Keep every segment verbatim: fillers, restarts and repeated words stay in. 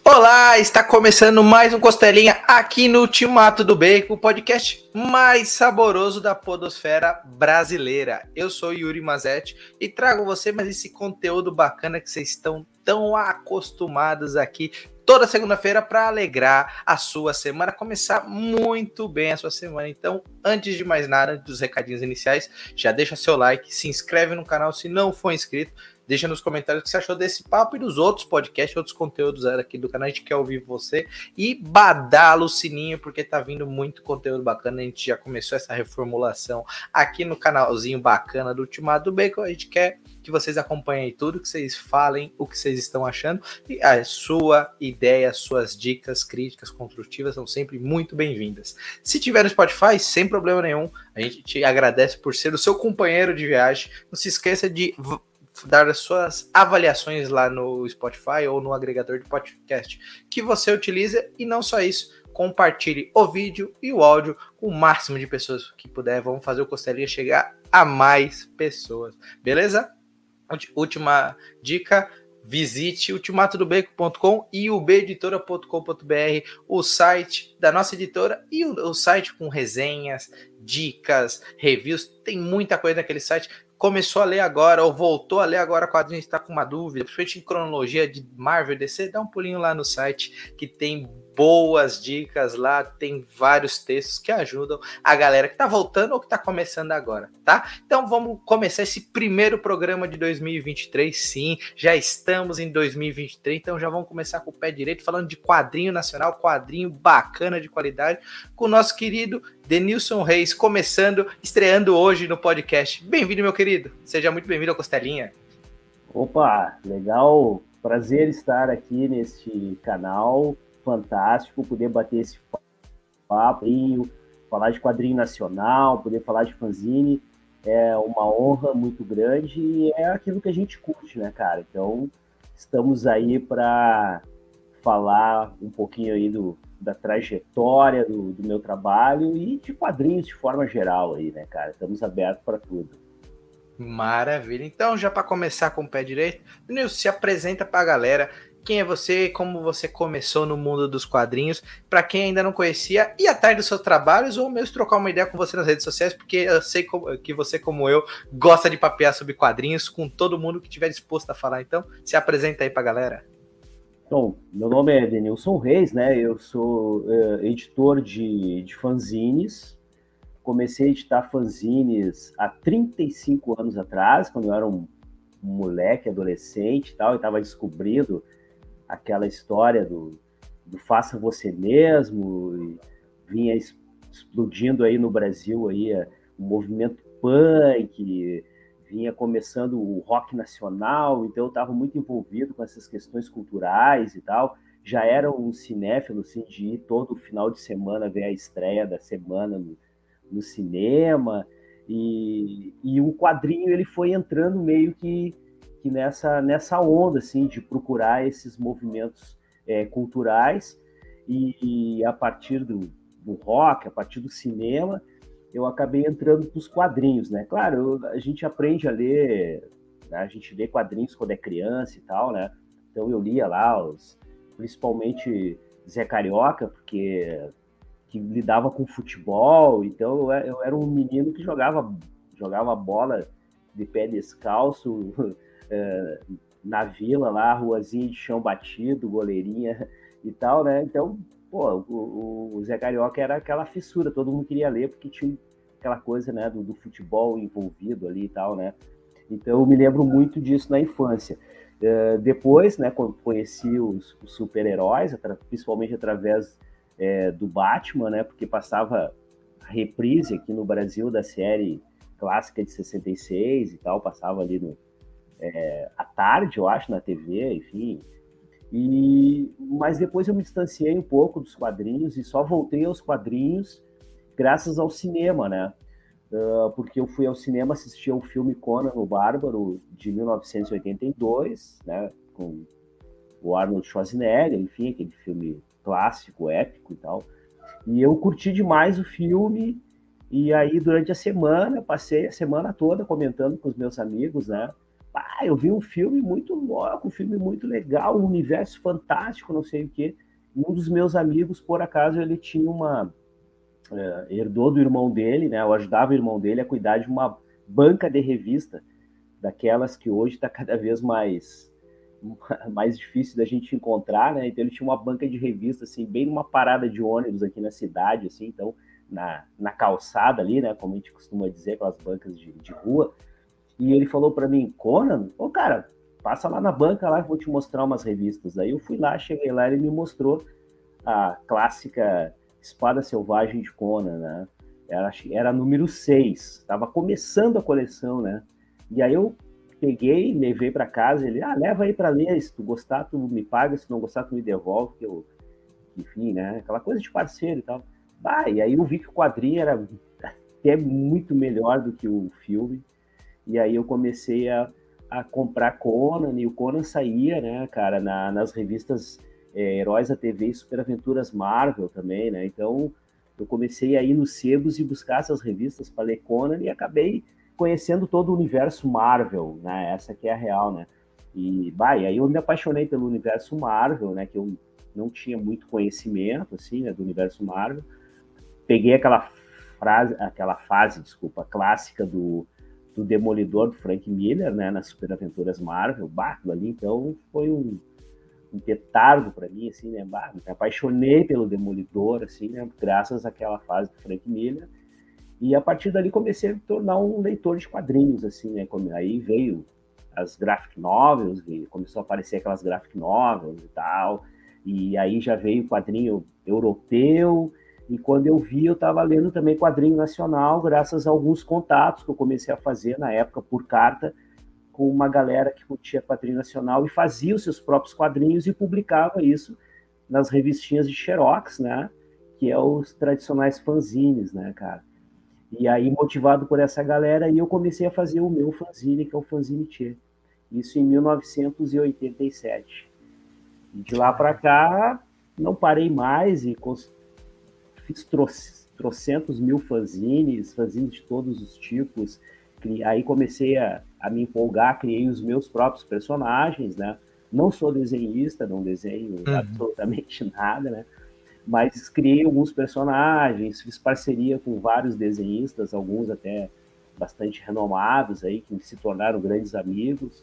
Olá, está começando mais um Costelinha aqui no Ultimato do Bacon, o podcast mais saboroso da podosfera brasileira. Eu sou Yuri Mazetti e trago você mais esse conteúdo bacana que vocês estão tão acostumados aqui toda segunda-feira para alegrar a sua semana, começar muito bem a sua semana. Então, antes de mais nada, antes dos recadinhos iniciais, já deixa seu like, se inscreve no canal se não for inscrito. Deixa nos comentários o que você achou desse papo e dos outros podcasts, outros conteúdos aqui do canal. A gente quer ouvir você. E badala o sininho, porque tá vindo muito conteúdo bacana. A gente já começou essa reformulação aqui no canalzinho bacana do Ultimato do Bacon. A gente quer que vocês acompanhem tudo, que vocês falem o que vocês estão achando. E a sua ideia, suas dicas, críticas construtivas são sempre muito bem-vindas. Se tiver no Spotify, sem problema nenhum. A gente te agradece por ser o seu companheiro de viagem. Não se esqueça de dar as suas avaliações lá no Spotify ou no agregador de podcast que você utiliza, e não só isso, compartilhe o vídeo e o áudio com o máximo de pessoas que puder. Vamos fazer o Costelinha chegar a mais pessoas, beleza? Última dica: visite ultimato do bacon ponto com e u b editora ponto com ponto b r, o site da nossa editora e o, o site com resenhas, dicas, reviews. Tem muita coisa naquele site. Começou a ler agora ou voltou a ler agora quadrinhos, está com uma dúvida, principalmente em cronologia de Marvel, D C, dá um pulinho lá no site que tem boas dicas lá, tem vários textos que ajudam a galera que está voltando ou que está começando agora, tá? Então vamos começar esse primeiro programa de dois mil e vinte e três, sim, já estamos em dois mil e vinte e três, então já vamos começar com o pé direito, falando de quadrinho nacional, quadrinho bacana de qualidade, com o nosso querido Denilson Reis, começando, estreando hoje no podcast. Bem-vindo, meu querido. Seja muito bem-vindo ao Costelinha. Opa, legal. Prazer estar aqui neste canal. Fantástico poder bater esse papo, falar de quadrinho nacional, poder falar de fanzine. É uma honra muito grande e é aquilo que a gente curte, né, cara? Então, estamos aí para falar um pouquinho aí do da trajetória do, do meu trabalho e de quadrinhos de forma geral aí, né, cara? Estamos abertos para tudo. Maravilha. Então, já para começar com o pé direito, Denilson, se apresenta para a galera. Quem é você, como você começou no mundo dos quadrinhos, para quem ainda não conhecia, e atrás dos seus trabalhos, ou mesmo trocar uma ideia com você nas redes sociais, porque eu sei que você, como eu, gosta de papear sobre quadrinhos com todo mundo que estiver disposto a falar. Então, se apresenta aí para a galera. Bom, meu nome é Denilson Reis, né? Eu sou uh, editor de, de fanzines. Comecei a editar fanzines há trinta e cinco anos atrás, quando eu era um, um moleque, adolescente e tal, e estava descobrindo aquela história do, do faça você mesmo, e vinha explodindo aí no Brasil aí o movimento punk, vinha começando o rock nacional, então eu estava muito envolvido com essas questões culturais e tal. Já era um cinéfilo, assim, de ir todo final de semana ver a estreia da semana no, no cinema, e, e o quadrinho ele foi entrando meio que, que nessa, nessa onda, assim, de procurar esses movimentos é, culturais, e, e a partir do, do rock, a partir do cinema, eu acabei entrando para os quadrinhos, né? Claro, eu, a gente aprende a ler, né? A gente lê quadrinhos quando é criança e tal, né? Então eu lia lá, os, principalmente Zé Carioca, porque que lidava com futebol, então eu, eu era um menino que jogava, jogava bola de pé descalço é, na vila lá, ruazinha de chão batido, goleirinha e tal, né? Então, pô, o, o Zé Carioca era aquela fissura, todo mundo queria ler porque tinha aquela coisa, né, do, do futebol envolvido ali e tal, né? Então eu me lembro muito disso na infância. Uh, depois, né, quando conheci os, os super-heróis, atra- principalmente através é, do Batman, né, porque passava a reprise aqui no Brasil da série clássica de sessenta e seis e tal, passava ali no, é, à tarde, eu acho, na T V, enfim. E, mas depois eu me distanciei um pouco dos quadrinhos e só voltei aos quadrinhos graças ao cinema, né? Uh, porque eu fui ao cinema assistir ao filme Conan o Bárbaro, de mil novecentos e oitenta e dois, né? Com o Arnold Schwarzenegger, enfim, aquele filme clássico, épico e tal. E eu curti demais o filme, e aí durante a semana, passei a semana toda comentando com os meus amigos, né? pá, eu vi um filme muito louco, um filme muito legal, um universo fantástico, não sei o quê. E um dos meus amigos, por acaso, ele tinha uma... Uh, herdou do irmão dele, né? Eu ajudava o irmão dele a cuidar de uma banca de revista, daquelas que hoje está cada vez mais, mais difícil da gente encontrar, né? Então ele tinha uma banca de revista, assim, bem numa parada de ônibus aqui na cidade, assim, então, na, na calçada ali, né? Como a gente costuma dizer, aquelas bancas de, de rua. E ele falou para mim, Conan, ô cara, passa lá na banca lá que eu vou te mostrar umas revistas. Aí eu fui lá, cheguei lá, ele me mostrou a clássica Espada Selvagem de Conan, né? Era, era número seis, estava começando a coleção, né? E aí eu peguei, levei para casa, ele, ah, leva aí para ler, se tu gostar, tu me paga, se não gostar, tu me devolve, que eu, enfim, né? Aquela coisa de parceiro e tal. Bah, e aí eu vi que o quadrinho era até muito melhor do que o filme, e aí eu comecei a, a comprar Conan, e o Conan saía, né, cara, na, nas revistas é, Heróis da T V e Super Aventuras Marvel também, né? Então eu comecei a ir nos sebos e buscar essas revistas para ler Conan e acabei conhecendo todo o universo Marvel, né? Essa que é a real, né? E, bah, e aí eu me apaixonei pelo universo Marvel, né? Que eu não tinha muito conhecimento, assim, né, do universo Marvel. Peguei aquela frase, aquela fase, desculpa, clássica do, do Demolidor, do Frank Miller, né? Nas Super Aventuras Marvel. Bah, ali, então, foi um um petardo para mim, assim, né? Bah, me apaixonei pelo Demolidor, assim, né? Graças àquela fase do Frank Miller. E a partir dali comecei a me tornar um leitor de quadrinhos, assim, né? Aí veio as graphic novels, veio, começou a aparecer aquelas graphic novels e tal. E aí já veio quadrinho europeu. E quando eu vi, eu estava lendo também quadrinho nacional, graças a alguns contatos que eu comecei a fazer na época por carta, com uma galera que curtia quadrinho nacional e fazia os seus próprios quadrinhos e publicava isso nas revistinhas de xerox, né? Que é os tradicionais fanzines, né, cara? E aí, motivado por essa galera, eu comecei a fazer o meu fanzine, que é o Fanzine Tchê. Isso em mil novecentos e oitenta e sete. E de lá para cá, não parei mais e fiz trocentos mil fanzines, fanzines de todos os tipos. Aí comecei a, a me empolgar, criei os meus próprios personagens, né? Não sou desenhista, não desenho uhum. absolutamente nada, né? Mas criei alguns personagens, fiz parceria com vários desenhistas, alguns até bastante renomados aí, que se tornaram grandes amigos.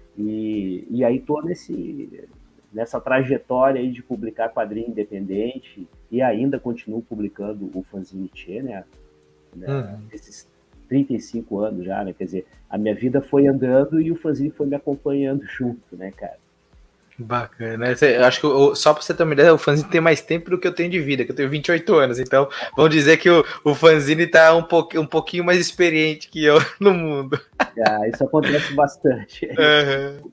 E, e aí tô nesse, nessa trajetória aí de publicar quadrinho independente e ainda continuo publicando o Fanzine Tchê, né? Uhum. Esses trinta e cinco anos já, né? Quer dizer, a minha vida foi andando e o fanzine foi me acompanhando junto, né, cara? Bacana. Eu acho que eu, só pra você ter uma ideia, o fanzine tem mais tempo do que eu tenho de vida, que eu tenho vinte e oito anos, então vamos dizer que o, o fanzine tá um, pouquinho, um pouquinho mais experiente que eu no mundo. Ah, isso acontece bastante. Uhum.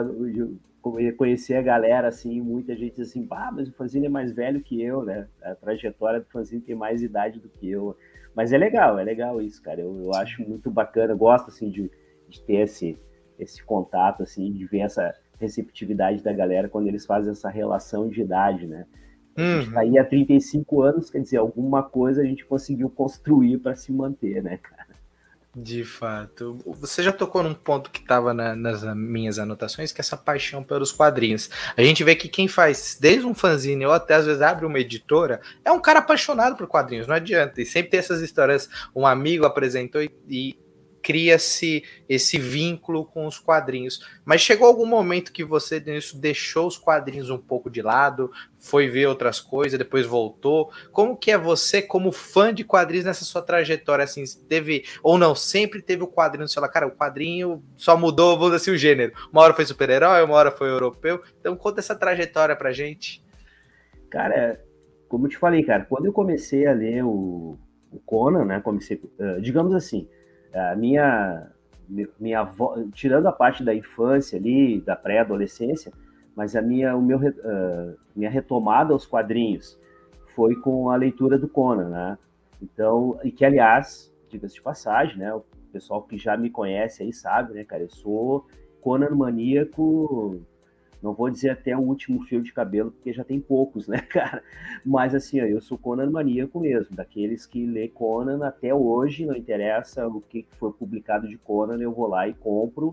De conhecer a galera, assim, muita gente diz assim, ah, mas o fanzine é mais velho que eu, né? A trajetória do fanzine tem mais idade do que eu. Mas é legal, é legal isso, cara. Eu, eu acho muito bacana, eu gosto, assim, de, de ter esse, esse contato, assim, de ver essa receptividade da galera quando eles fazem essa relação de idade, né? A uhum. gente tá aí há trinta e cinco anos, quer dizer, alguma coisa a gente conseguiu construir para se manter, né, cara? De fato. Você já tocou num ponto que estava na, nas minhas anotações, que é essa paixão pelos quadrinhos. A gente vê que quem faz desde um fanzine ou até às vezes abre uma editora é um cara apaixonado por quadrinhos, não adianta. E sempre tem essas histórias, um amigo apresentou e, e cria-se esse vínculo com os quadrinhos. Mas chegou algum momento que você nisso deixou os quadrinhos um pouco de lado, foi ver outras coisas, depois voltou? Como que é você como fã de quadrinhos nessa sua trajetória? Assim, teve, ou não, sempre teve o quadrinho no seu lado? Cara, o quadrinho só mudou, vamos dizer assim, o gênero. Uma hora foi super-herói, uma hora foi europeu. Então conta essa trajetória pra gente. Cara, como eu te falei, cara, quando eu comecei a ler o, o Conan, né, comecei, uh, digamos assim, a minha, minha avó, tirando a parte da infância ali, da pré-adolescência, mas a minha, o meu, uh, minha retomada aos quadrinhos foi com a leitura do Conan, né? Então, e que, aliás, diga-se de passagem, né? O pessoal que já me conhece aí sabe, né, cara? Eu sou Conan maníaco, não vou dizer até o último fio de cabelo, porque já tem poucos, né, cara? Mas, assim, ó, eu sou Conan maníaco mesmo, daqueles que lê Conan até hoje, não interessa o que foi publicado de Conan, eu vou lá e compro,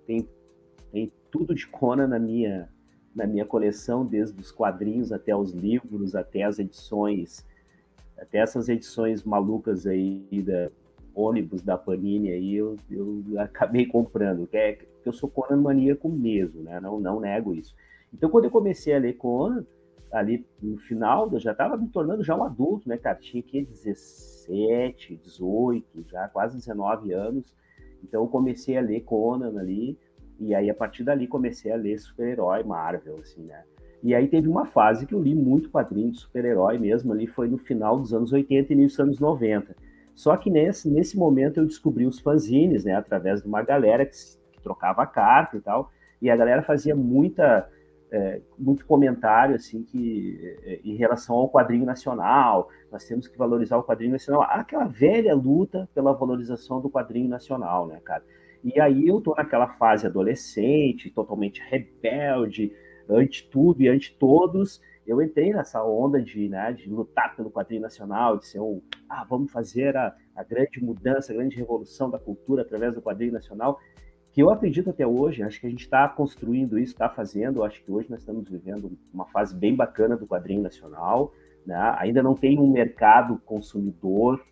tem, tem tudo de Conan na minha, na minha coleção, desde os quadrinhos até os livros, até as edições, até essas edições malucas aí da ônibus da Panini aí, eu, eu acabei comprando, que é que eu sou Conan maníaco mesmo, né? Não, não nego isso. Então, quando eu comecei a ler Conan, ali no final, eu já estava me tornando já um adulto, né, cara? Tinha que dezessete, dezoito, já quase dezenove anos. Então, eu comecei a ler Conan ali, e aí, a partir dali, comecei a ler super-herói, Marvel, assim, né? E aí teve uma fase que eu li muito quadrinho de super-herói mesmo, ali foi no final dos anos oitenta e início dos anos noventa. Só que nesse, nesse momento eu descobri os fanzines, né, através de uma galera que, que trocava carta e tal, e a galera fazia muita... É, muito comentário assim que é, em relação ao quadrinho nacional, nós temos que valorizar o quadrinho nacional, aquela velha luta pela valorização do quadrinho nacional, né, cara? E aí eu tô naquela fase adolescente, totalmente rebelde, ante tudo e ante todos. Eu entrei nessa onda de, né, de lutar pelo quadrinho nacional, de ser um, ah, vamos fazer a, a grande mudança, a grande revolução da cultura através do quadrinho nacional, que eu acredito até hoje, acho que a gente está construindo isso, está fazendo, acho que hoje nós estamos vivendo uma fase bem bacana do quadrinho nacional, né? Ainda não tem um mercado consumidor,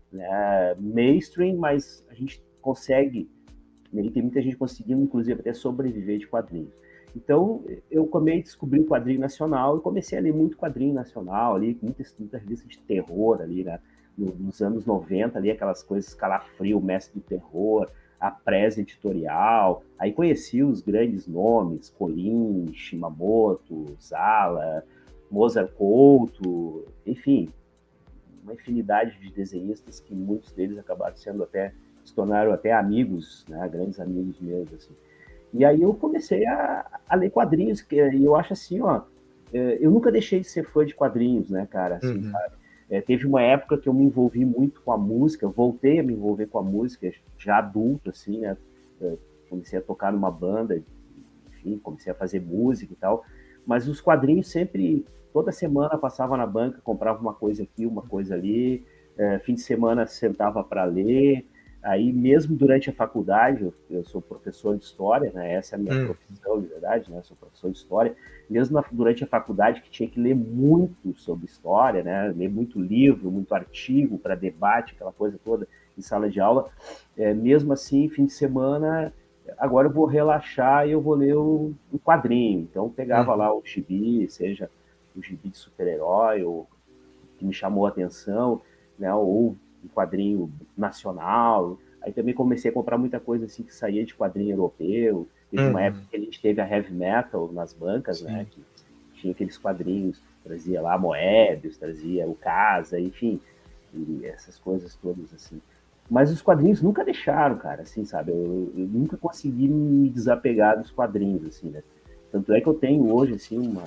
né, mainstream, mas a gente consegue, né, tem muita gente conseguindo, inclusive, até sobreviver de quadrinhos. Então, eu comecei a descobrir o quadrinho nacional e comecei a ler muito quadrinho nacional ali, muita, muita revista de terror ali, né? Nos anos noventa, ali, aquelas coisas Calafrio, Mestre do Terror, a Presa Editorial, aí conheci os grandes nomes, Colin, Shimamoto, Zala, Mozart Couto, enfim, uma infinidade de desenhistas que muitos deles acabaram sendo até, se tornaram até amigos, né, grandes amigos meus, assim. E aí eu comecei a, a ler quadrinhos, que eu acho assim, ó, eu nunca deixei de ser fã de quadrinhos, né, cara, assim, uhum. sabe? É, teve uma época que eu me envolvi muito com a música, voltei a me envolver com a música, já adulto, assim, né? Eu comecei a tocar numa banda, enfim, comecei a fazer música e tal, mas os quadrinhos sempre, toda semana passava na banca, comprava uma coisa aqui, uma coisa ali, é, fim de semana sentava para ler, aí mesmo durante a faculdade, eu, eu sou professor de história, né? Essa é a minha hum. profissão, de verdade, né? Eu sou professor de história, mesmo na, durante a faculdade que tinha que ler muito sobre história, né? Ler muito livro, muito artigo para debate, aquela coisa toda em sala de aula, é, mesmo assim, fim de semana, agora eu vou relaxar e eu vou ler o, o quadrinho, então eu pegava hum. lá o gibi, seja o gibi de super-herói, ou que me chamou a atenção, né? Ou um quadrinho nacional. Aí também comecei a comprar muita coisa assim que saía de quadrinho europeu. Teve uhum. uma época que a gente teve a heavy metal nas bancas, Sim. né? Que tinha aqueles quadrinhos, trazia lá Moebius, trazia o Casa, enfim, e essas coisas todas assim. Mas os quadrinhos nunca deixaram, cara, assim, sabe? Eu, eu nunca consegui me desapegar dos quadrinhos, assim, né? Tanto é que eu tenho hoje, assim, uma,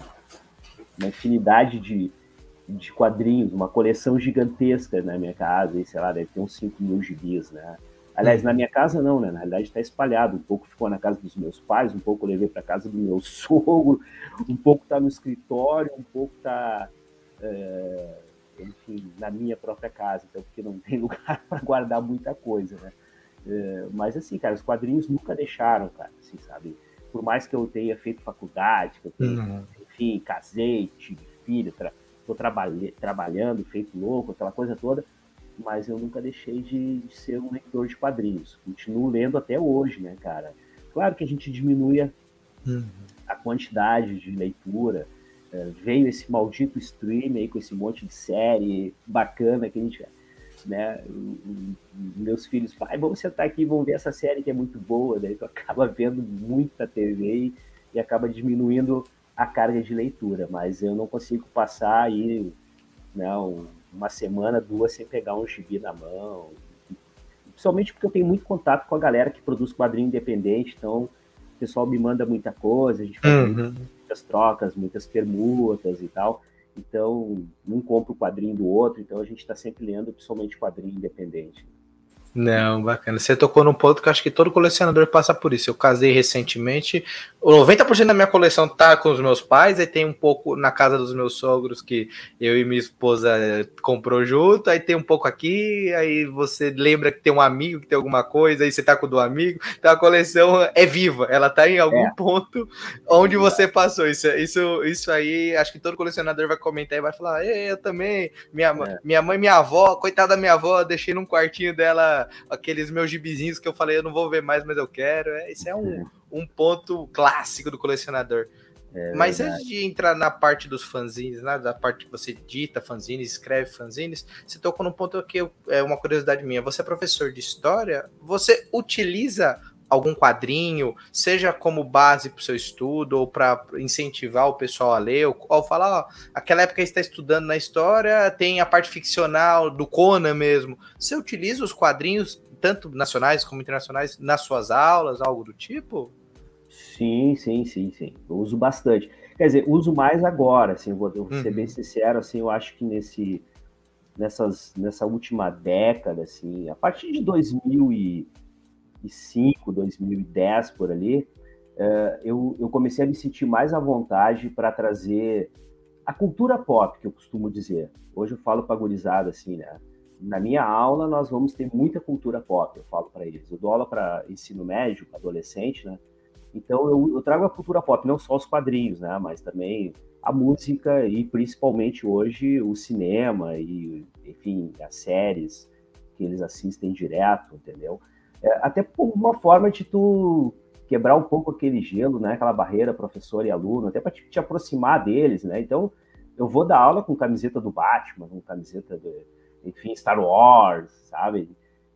uma infinidade de de quadrinhos, uma coleção gigantesca na minha casa, e sei lá, deve ter uns cinco mil gibis, né? Aliás, uhum. na minha casa não, né? Na realidade está espalhado, um pouco ficou na casa dos meus pais, um pouco eu levei para casa do meu sogro, um pouco está no escritório, um pouco está, é, enfim, na minha própria casa, então porque não tem lugar para guardar muita coisa, né? É, mas assim, cara, os quadrinhos nunca deixaram, cara, assim, sabe? Por mais que eu tenha feito faculdade, que eu tenha, uhum. enfim, casei, tive filho, tra estou trabalhe, trabalhando, feito louco, aquela coisa toda, mas eu nunca deixei de, de ser um leitor de quadrinhos. Continuo lendo até hoje, né, cara? Claro que a gente diminui a, uhum. a quantidade de leitura, é, veio esse maldito stream aí com esse monte de série bacana que a gente, né, meus filhos, pai, vamos sentar aqui e vamos ver essa série que é muito boa, daí tu acaba vendo muita T V e, e acaba diminuindo a carga de leitura, mas eu não consigo passar aí, não, uma semana, duas sem pegar um gibi na mão, principalmente porque eu tenho muito contato com a galera que produz quadrinho independente, então o pessoal me manda muita coisa, a gente faz uhum. muitas trocas, muitas permutas e tal, então um compra o quadrinho do outro, então a gente está sempre lendo principalmente quadrinho independente. Não, bacana. Você tocou num ponto que eu acho que todo colecionador passa por isso. Eu casei recentemente. O noventa por cento da minha coleção tá com os meus pais, aí tem um pouco na casa dos meus sogros que eu e minha esposa comprou junto, aí tem um pouco aqui, aí você lembra que tem um amigo que tem alguma coisa, aí você tá com o do amigo. Então a coleção é viva, ela tá em algum É, ponto onde você passou. Isso, isso, isso aí, acho que todo colecionador vai comentar e vai falar: eu também, minha, é. minha mãe, minha avó, coitada da minha avó, deixei num quartinho dela aqueles meus gibizinhos que eu falei, eu não vou ver mais, mas eu quero. É, isso é um, um ponto clássico do colecionador. É Mas verdade. antes de entrar na parte dos fanzines, né, da parte que você dita fanzines, escreve fanzines, você tocou num ponto que eu, é uma curiosidade minha. Você é professor de história, você utiliza algum quadrinho, seja como base para o seu estudo ou para incentivar o pessoal a ler, ou, ou falar, ó, aquela época que você está estudando na história, tem a parte ficcional do Conan mesmo. Você utiliza os quadrinhos, tanto nacionais como internacionais, nas suas aulas, algo do tipo? Sim, sim, sim, sim. Eu uso bastante. Quer dizer, uso mais agora, assim, vou, vou ser bem Uhum. sincero, assim, eu acho que nesse, nessas, nessa última década, assim, a partir de dois mil e cinco, dois mil e dez, por ali, uh, eu, eu comecei a me sentir mais à vontade para trazer a cultura pop, que eu costumo dizer. Hoje eu falo para a gurizada, assim, né? Na minha aula, nós vamos ter muita cultura pop, eu falo para eles. Eu dou aula para ensino médio, para adolescente, né? Então eu, eu trago a cultura pop, não só os quadrinhos, né? Mas também a música e principalmente hoje o cinema e, enfim, as séries que eles assistem direto, entendeu? É, até por uma forma de tu quebrar um pouco aquele gelo, né? Aquela barreira professor e aluno, até para te, te aproximar deles, né? Então eu vou dar aula com camiseta do Batman, com camiseta do, enfim, Star Wars, sabe?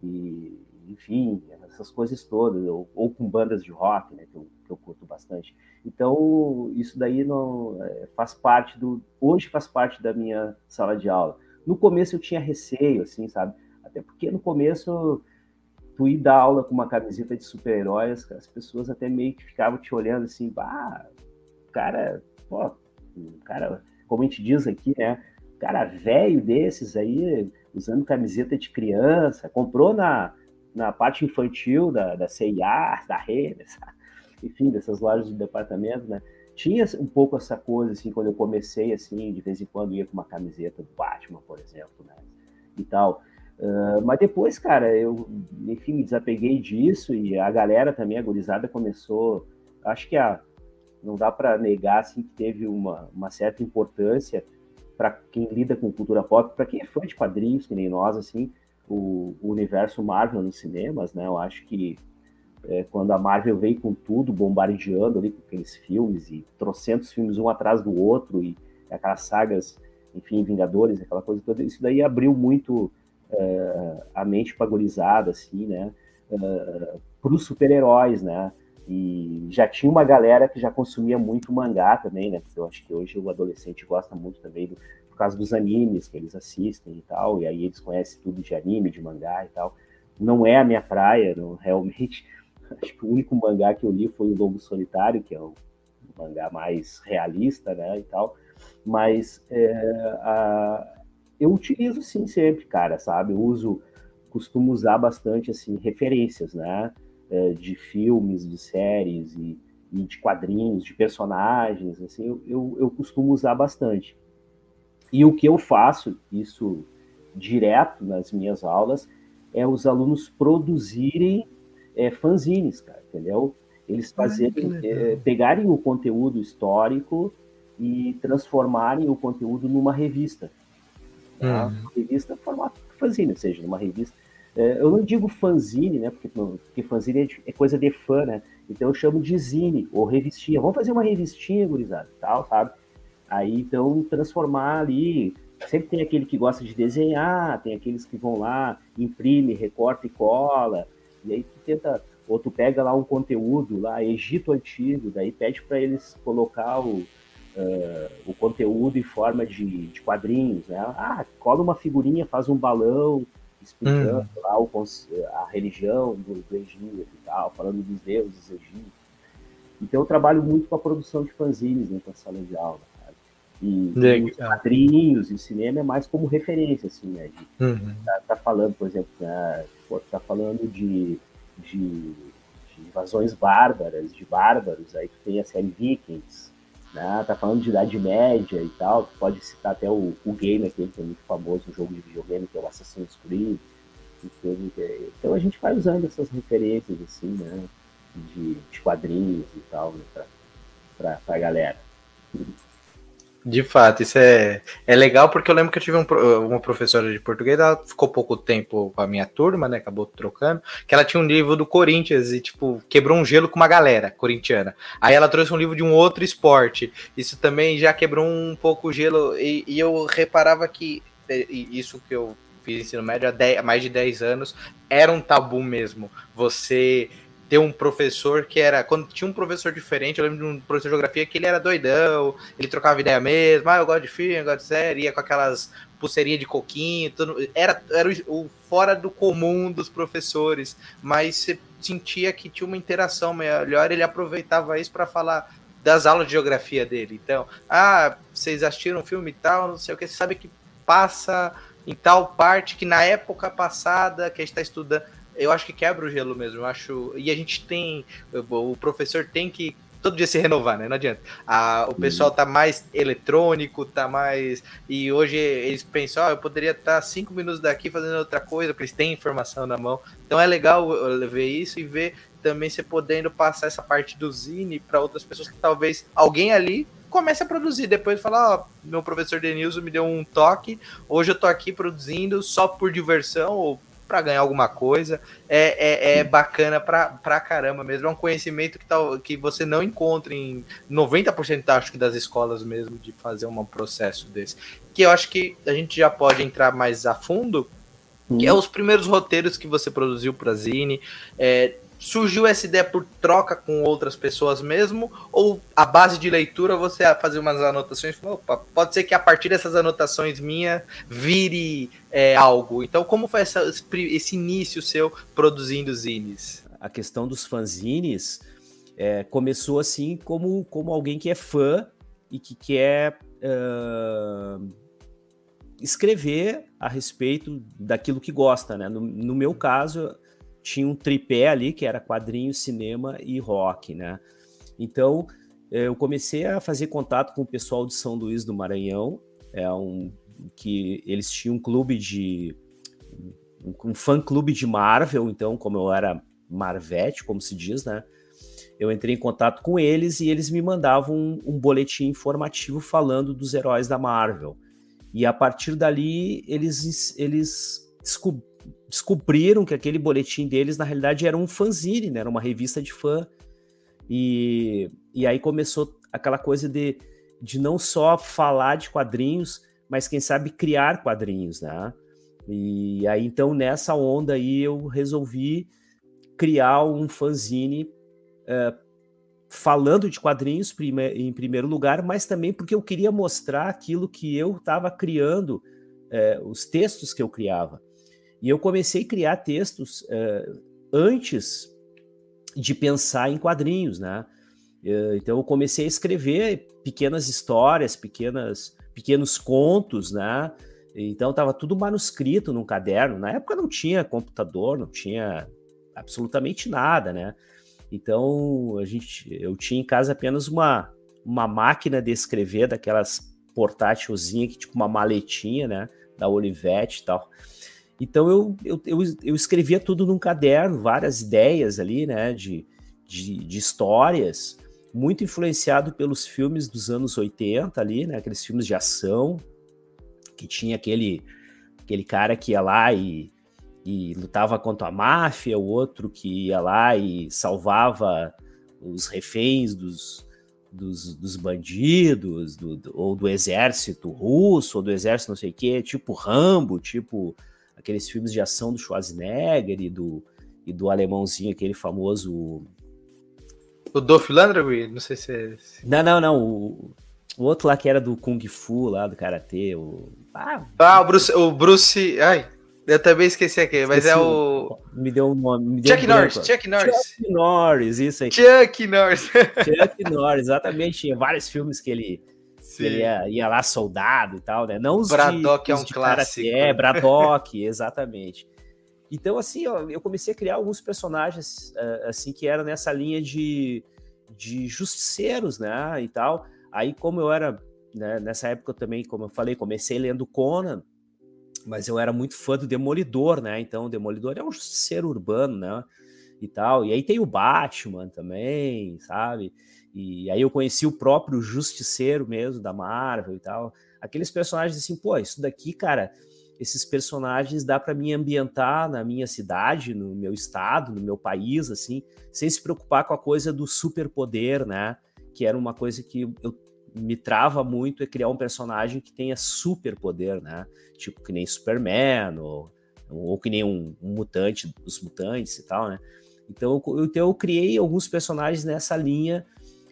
E, enfim, essas coisas todas, ou, ou com bandas de rock, né, que eu, que eu curto bastante. Então, isso daí não é, faz parte do. Hoje faz parte da minha sala de aula. No começo eu tinha receio, assim, sabe? Até porque no começo tu ir dar aula com uma camiseta de super-heróis, as pessoas até meio que ficavam te olhando assim, bah, cara, pô, cara, como a gente diz aqui, né? Cara velho desses aí, usando camiseta de criança, comprou na, na parte infantil da, da C e A, da Renner, enfim, dessas lojas de departamento, né? Tinha um pouco essa coisa, assim, quando eu comecei, assim, de vez em quando ia com uma camiseta do Batman, por exemplo, né? E tal. Uh, mas depois, cara, eu, enfim, me desapeguei disso e a galera também, a gurizada, começou. Acho que a, não dá para negar, assim, que teve uma, uma certa importância para quem lida com cultura pop, para quem é fã de quadrinhos, que nem nós, assim, o, o universo Marvel nos cinemas, né? Eu acho que é, quando a Marvel veio com tudo, bombardeando ali com aqueles filmes e trocentos filmes um atrás do outro e aquelas sagas, enfim, Vingadores, aquela coisa toda, isso daí abriu muito uh, a mente pagorizada, assim, né, uh, para os super-heróis, né, e já tinha uma galera que já consumia muito mangá também, né, porque eu acho que hoje o adolescente gosta muito também do, por causa dos animes que eles assistem e tal, e aí eles conhecem tudo de anime, de mangá e tal. Não é a minha praia, não, realmente. Acho que o único mangá que eu li foi o Lobo Solitário, que é o mangá mais realista, né, e tal. Mas é, a, eu utilizo sim sempre, cara, sabe? Eu uso, costumo usar bastante assim referências, né, é, de filmes, de séries e, e, de quadrinhos, de personagens, assim, eu, eu, eu costumo usar bastante. E o que eu faço, isso direto nas minhas aulas, é os alunos produzirem é, fanzines, cara, entendeu? Eles fazerem, é, pegarem o conteúdo histórico e transformarem o conteúdo numa revista. Tá? Hum. Uma revista formato fanzine, ou seja, numa revista. É, eu não digo fanzine, né? Porque, porque fanzine é, é coisa de fã, né? Então eu chamo de zine ou revistinha. Vamos fazer uma revistinha, gurizada, tal, sabe? Aí, então, transformar ali. Sempre tem aquele que gosta de desenhar, tem aqueles que vão lá, imprime, recorta e cola. E aí tu tenta, ou tu pega lá um conteúdo lá, Egito Antigo, daí pede para eles colocar o, uh, o conteúdo em forma de, de quadrinhos, né? Ah, cola uma figurinha, faz um balão explicando Hum. lá o, a religião do, do Egito e tal, falando dos deuses egípcios. Então eu trabalho muito com a produção de fanzines dentro da sala de aula. E, e os quadrinhos e o cinema é mais como referência, assim, né? De, uhum. tá, tá falando, por exemplo, né, pô, tá falando de, de, de invasões bárbaras, de bárbaros, aí tu tem a série Vikings, né? Tá falando de Idade Média e tal, tu pode citar até o, o game aquele que é muito famoso, um jogo de videogame, que é o Assassin's Creed. Então a gente vai usando essas referências, assim, né? De, de quadrinhos e tal, né? Pra, pra, pra galera. De fato, isso é, é legal, porque eu lembro que eu tive um, uma professora de português, ela ficou pouco tempo com a minha turma, né, acabou trocando, que ela tinha um livro do Corinthians e, tipo, quebrou um gelo com uma galera corintiana. Aí ela trouxe um livro de um outro esporte, isso também já quebrou um pouco o gelo, e, e eu reparava que isso que eu fiz ensino médio há, dez, há mais de dez anos, era um tabu mesmo, você... ter um professor que era... Quando tinha um professor diferente, eu lembro de um professor de geografia que ele era doidão, ele trocava ideia mesmo, ah, eu gosto de filme, eu gosto de série, ia com aquelas pulseirinhas de coquinho, tudo, era, era o, o fora do comum dos professores, mas você sentia que tinha uma interação melhor, ele aproveitava isso para falar das aulas de geografia dele. Então, ah, vocês assistiram um filme e tal, não sei o que, você sabe que passa em tal parte que na época passada que a gente está estudando... Eu acho que quebra o gelo mesmo, eu acho... E a gente tem... O professor tem que todo dia se renovar, né? Não adianta. A, o pessoal tá mais eletrônico, tá mais... E hoje eles pensam, ó, oh, eu poderia estar cinco minutos daqui fazendo outra coisa, porque eles têm informação na mão. Então é legal ver isso e ver também você podendo passar essa parte do zine para outras pessoas que talvez alguém ali comece a produzir. Depois falar, ó, oh, meu professor Denilson me deu um toque, hoje eu tô aqui produzindo só por diversão ou para ganhar alguma coisa, é, é, é bacana pra, pra caramba mesmo, é um conhecimento que, tal, que você não encontra em noventa por cento, acho que, das escolas mesmo, de fazer um processo desse, que eu acho que a gente já pode entrar mais a fundo, que é os primeiros roteiros que você produziu para Zine, é, surgiu essa ideia por troca com outras pessoas mesmo, ou a base de leitura você fazer umas anotações, opa, pode ser que a partir dessas anotações minhas vire é, algo. Então como foi essa, esse início seu produzindo zines? A questão dos fanzines é, começou assim como, como alguém que é fã e que quer uh, escrever a respeito daquilo que gosta, né? No, no meu caso... tinha um tripé ali, que era quadrinho, cinema e rock, né? Então, eu comecei a fazer contato com o pessoal de São Luís do Maranhão, é um, que eles tinham um clube de... um, um fã-clube de Marvel, então, como eu era Marvete, como se diz, né? Eu entrei em contato com eles e eles me mandavam um, um boletim informativo falando dos heróis da Marvel. E a partir dali, eles, eles descobriram descobriram que aquele boletim deles, na realidade, era um fanzine, né? Era uma revista de fã. E, e aí começou aquela coisa de, de não só falar de quadrinhos, mas, quem sabe, criar quadrinhos, né? E aí, então, nessa onda aí, eu resolvi criar um fanzine uh, falando de quadrinhos prime- em primeiro lugar, mas também porque eu queria mostrar aquilo que eu estava criando, uh, os textos que eu criava. E eu comecei a criar textos uh, antes de pensar em quadrinhos, né? Uh, então eu comecei a escrever pequenas histórias, pequenas, pequenos contos, né? Então estava tudo manuscrito num caderno. Na época não tinha computador, não tinha absolutamente nada, né? Então a gente, eu tinha em casa apenas uma, uma máquina de escrever, daquelas portátilzinhas, que tipo uma maletinha, né? Da Olivetti e tal. Então eu, eu, eu, eu escrevia tudo num caderno, várias ideias ali, né, de, de, de histórias, muito influenciado pelos filmes dos anos oitenta ali, né, aqueles filmes de ação, que tinha aquele, aquele cara que ia lá e, e lutava contra a máfia, o outro que ia lá e salvava os reféns dos, dos, dos bandidos, do, do, ou do exército russo, ou do exército não sei o quê, tipo Rambo, tipo... aqueles filmes de ação do Schwarzenegger e do, e do alemãozinho, aquele famoso... O Dolph Lundgren? Não sei se é... Não, não, não. O, o outro lá que era do Kung Fu, lá do Karatê. O... Ah, ah o, Bruce, o Bruce... Ai, eu também esqueci aqui, mas é o... Me deu um nome. Me deu Chuck um Norris, branco. Chuck Norris. Chuck Norris, isso aí. Chuck Norris. Chuck Norris, exatamente. Tinha vários filmes que ele... Ele ia, ia lá soldado e tal, né? Não os Braddock de, é os um de clássico. Karatê, é, Braddock, exatamente. Então, assim, ó, eu comecei a criar alguns personagens, assim, que eram nessa linha de, de justiceiros, né, e tal. Aí, como eu era, né, nessa época eu também, como eu falei, comecei lendo Conan, mas eu era muito fã do Demolidor, né, então o Demolidor é um justiceiro urbano, né, e tal. E aí tem o Batman também, sabe? E aí eu conheci o próprio Justiceiro mesmo, da Marvel e tal. Aqueles personagens assim, pô, isso daqui, cara... Esses personagens dá para me ambientar na minha cidade, no meu estado, no meu país, assim, sem se preocupar com a coisa do superpoder, né? Que era uma coisa que eu, me trava muito, é criar um personagem que tenha superpoder, né? Tipo, que nem Superman, ou, ou que nem um, um mutante, os mutantes e tal, né? Então eu, então eu criei alguns personagens nessa linha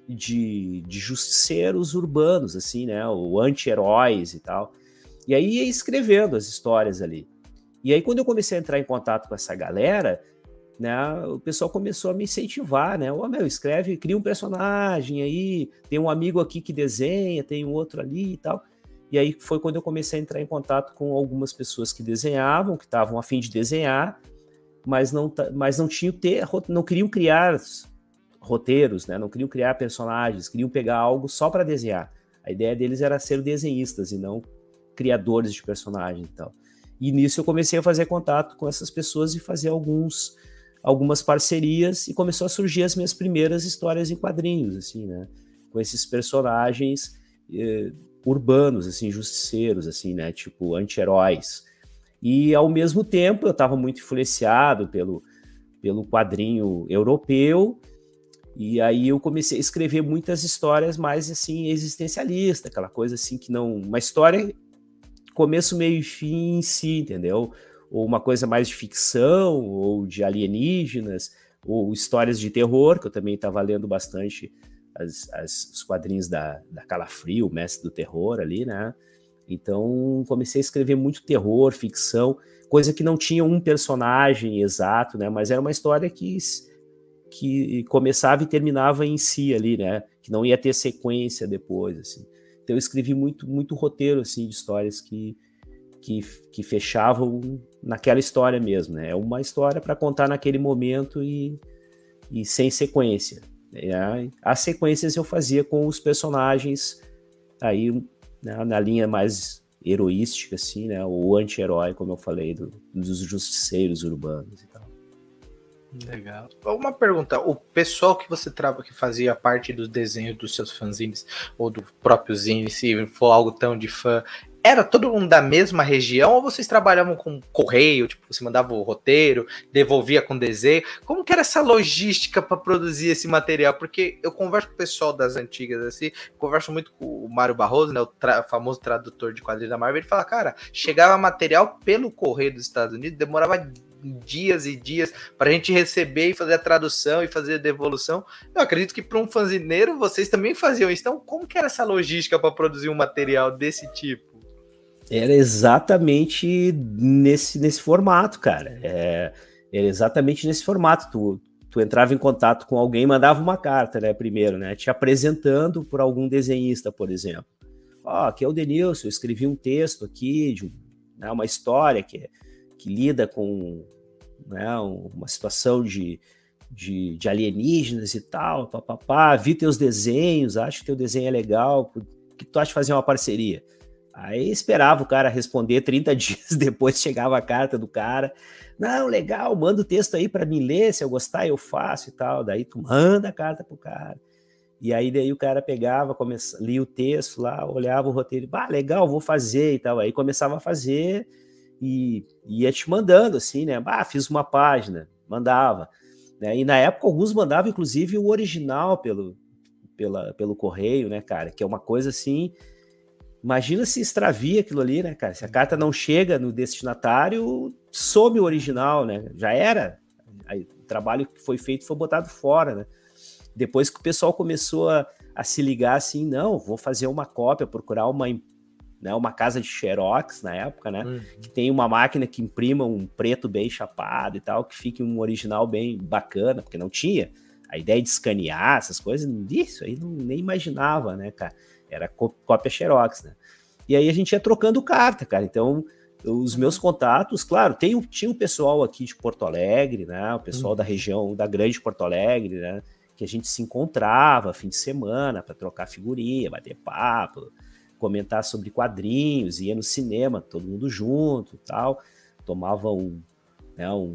de, de justiceiros urbanos, assim, né? Ou anti-heróis e tal. E aí ia escrevendo as histórias ali. E aí, quando eu comecei a entrar em contato com essa galera, né, o pessoal começou a me incentivar, né? Ô, meu, escreve, cria um personagem aí, tem um amigo aqui que desenha, tem um outro ali e tal. E aí foi quando eu comecei a entrar em contato com algumas pessoas que desenhavam, que estavam a fim de desenhar, mas não, mas não tinham ter, não queriam criar roteiros, né? Não queriam criar personagens, queriam pegar algo só para desenhar. A ideia deles era ser desenhistas e não criadores de personagens e tal. E nisso eu comecei a fazer contato com essas pessoas e fazer alguns, algumas parcerias, e começou a surgir as minhas primeiras histórias em quadrinhos, assim, né? Com esses personagens eh, urbanos, assim, justiceiros, assim, né? Tipo, anti-heróis. E, ao mesmo tempo, eu estava muito influenciado pelo, pelo quadrinho europeu, e aí eu comecei a escrever muitas histórias mais, assim, existencialista, aquela coisa, assim, que não... Uma história... começo, meio e fim em si, entendeu? Ou uma coisa mais de ficção, ou de alienígenas, ou histórias de terror, que eu também estava lendo bastante as, as, os quadrinhos da, da Calafrio, o mestre do terror ali, né? Então, comecei a escrever muito terror, ficção, coisa que não tinha um personagem exato, né? Mas era uma história que, que começava e terminava em si ali, né? Que não ia ter sequência depois, assim. Então eu escrevi muito, muito roteiro, assim, de histórias que, que, que fechavam naquela história mesmo, né? É uma história para contar naquele momento e, e sem sequência. Né? As sequências eu fazia com os personagens aí, né, na linha mais heroística, assim, né? O anti-herói, como eu falei, do, dos justiceiros urbanos e tal. Legal. Uma pergunta, o pessoal que você trava, que fazia parte dos desenhos dos seus fanzines, ou do próprio zine, se for algo tão de fã, era todo mundo da mesma região, ou vocês trabalhavam com correio, tipo, você mandava o roteiro, devolvia com desenho? Como que era essa logística para produzir esse material? Porque eu converso com o pessoal das antigas, assim, converso muito com o Mário Barroso, né, o tra- famoso tradutor de quadrinhos da Marvel, ele fala, cara, chegava material pelo correio dos Estados Unidos, demorava dias e dias para a gente receber e fazer a tradução e fazer a devolução. Eu acredito que para um fanzineiro vocês também faziam isso. Então, como que era essa logística para produzir um material desse tipo? Era exatamente nesse, nesse formato, cara. É, era exatamente nesse formato. Tu, tu entrava em contato com alguém, mandava uma carta, né, primeiro, né, te apresentando por algum desenhista, por exemplo. Ó, oh, aqui é o Denilson, eu escrevi um texto aqui, de né, uma história que, que lida com, né, uma situação de, de, de alienígenas e tal, papapá, vi teus desenhos, acho que teu desenho é legal, o que tu acha de fazer uma parceria? Aí esperava o cara responder, trinta dias depois chegava a carta do cara, não, legal, manda o texto aí para mim ler, se eu gostar eu faço e tal, daí tu manda a carta pro cara, e aí daí o cara pegava, começa, lia o texto lá, olhava o roteiro, bah, legal, vou fazer e tal, aí começava a fazer e ia te mandando assim, né, bah, fiz uma página, mandava, né, e na época alguns mandavam inclusive o original pelo, pela, pelo correio, né, cara, que é uma coisa assim. Imagina se extravia aquilo ali, né, cara? Se a carta não chega no destinatário, some o original, né? Já era. Aí, o trabalho que foi feito foi botado fora, né? Depois que o pessoal começou a, a se ligar assim, não, vou fazer uma cópia, procurar uma, né, uma casa de xerox na época, né? Uhum. Que tem uma máquina que imprima um preto bem chapado e tal, que fique um original bem bacana, porque não tinha. a ideia de escanear essas coisas, isso aí não, nem imaginava, né, cara? Era cópia Xerox, né? E aí a gente ia trocando carta, cara. Então, os meus contatos, claro, tem, tinha o pessoal aqui de Porto Alegre, né? O pessoal uhum. da região, da grande Porto Alegre, né? Que a gente se encontrava fim de semana para trocar figurinha, bater papo, comentar sobre quadrinhos, ia no cinema, todo mundo junto e tal. Tomava um, né, um,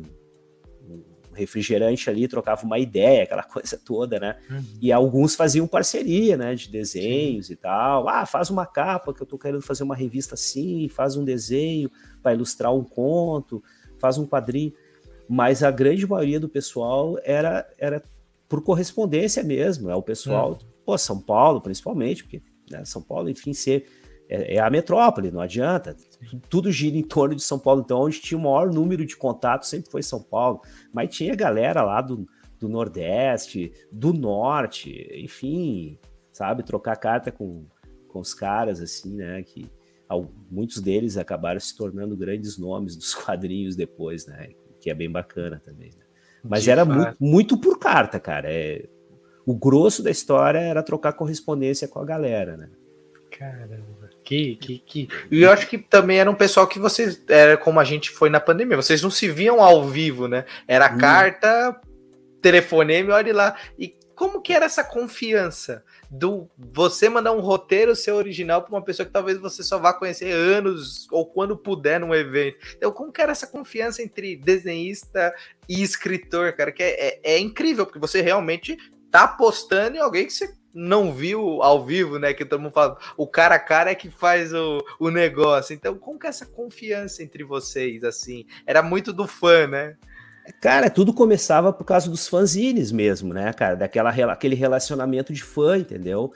um refrigerante ali, trocava uma ideia, aquela coisa toda, né? Uhum. E alguns faziam parceria, né? De desenhos Sim. e tal. Ah, faz uma capa que eu tô querendo fazer uma revista assim, faz um desenho para ilustrar um conto, faz um quadrinho. Mas a grande maioria do pessoal era, era por correspondência mesmo. É o pessoal, uhum. pô, São Paulo, principalmente, porque né, São Paulo, enfim, ser... É a metrópole, não adianta. Tudo gira em torno de São Paulo. Então, onde tinha o maior número de contatos sempre foi São Paulo. Mas tinha galera lá do, do Nordeste, do Norte, enfim, sabe? Trocar carta com, com os caras, assim, né? Que muitos deles acabaram se tornando grandes nomes dos quadrinhos depois, né? Que é bem bacana também. Né? Mas de era muito, muito por carta, cara. É, o grosso da história era trocar correspondência com a galera, né? Caramba. Que, que, que... E eu acho que também era um pessoal que vocês, era como a gente foi na pandemia, vocês não se viam ao vivo, né? Era hum. carta, telefonema, olha lá. E como que era essa confiança do você mandar um roteiro seu original para uma pessoa que talvez você só vá conhecer anos ou quando puder num evento? Então, como que era essa confiança entre desenhista e escritor, cara? Que é, é, é incrível, porque você realmente tá apostando em alguém que você não viu ao vivo, né, que todo mundo fala, o cara a cara é que faz o, o negócio. Então, como que é essa confiança entre vocês, assim? Era muito do fã, né? Cara, tudo começava por causa dos fanzines mesmo, né, cara? Daquela, aquele relacionamento de fã, entendeu?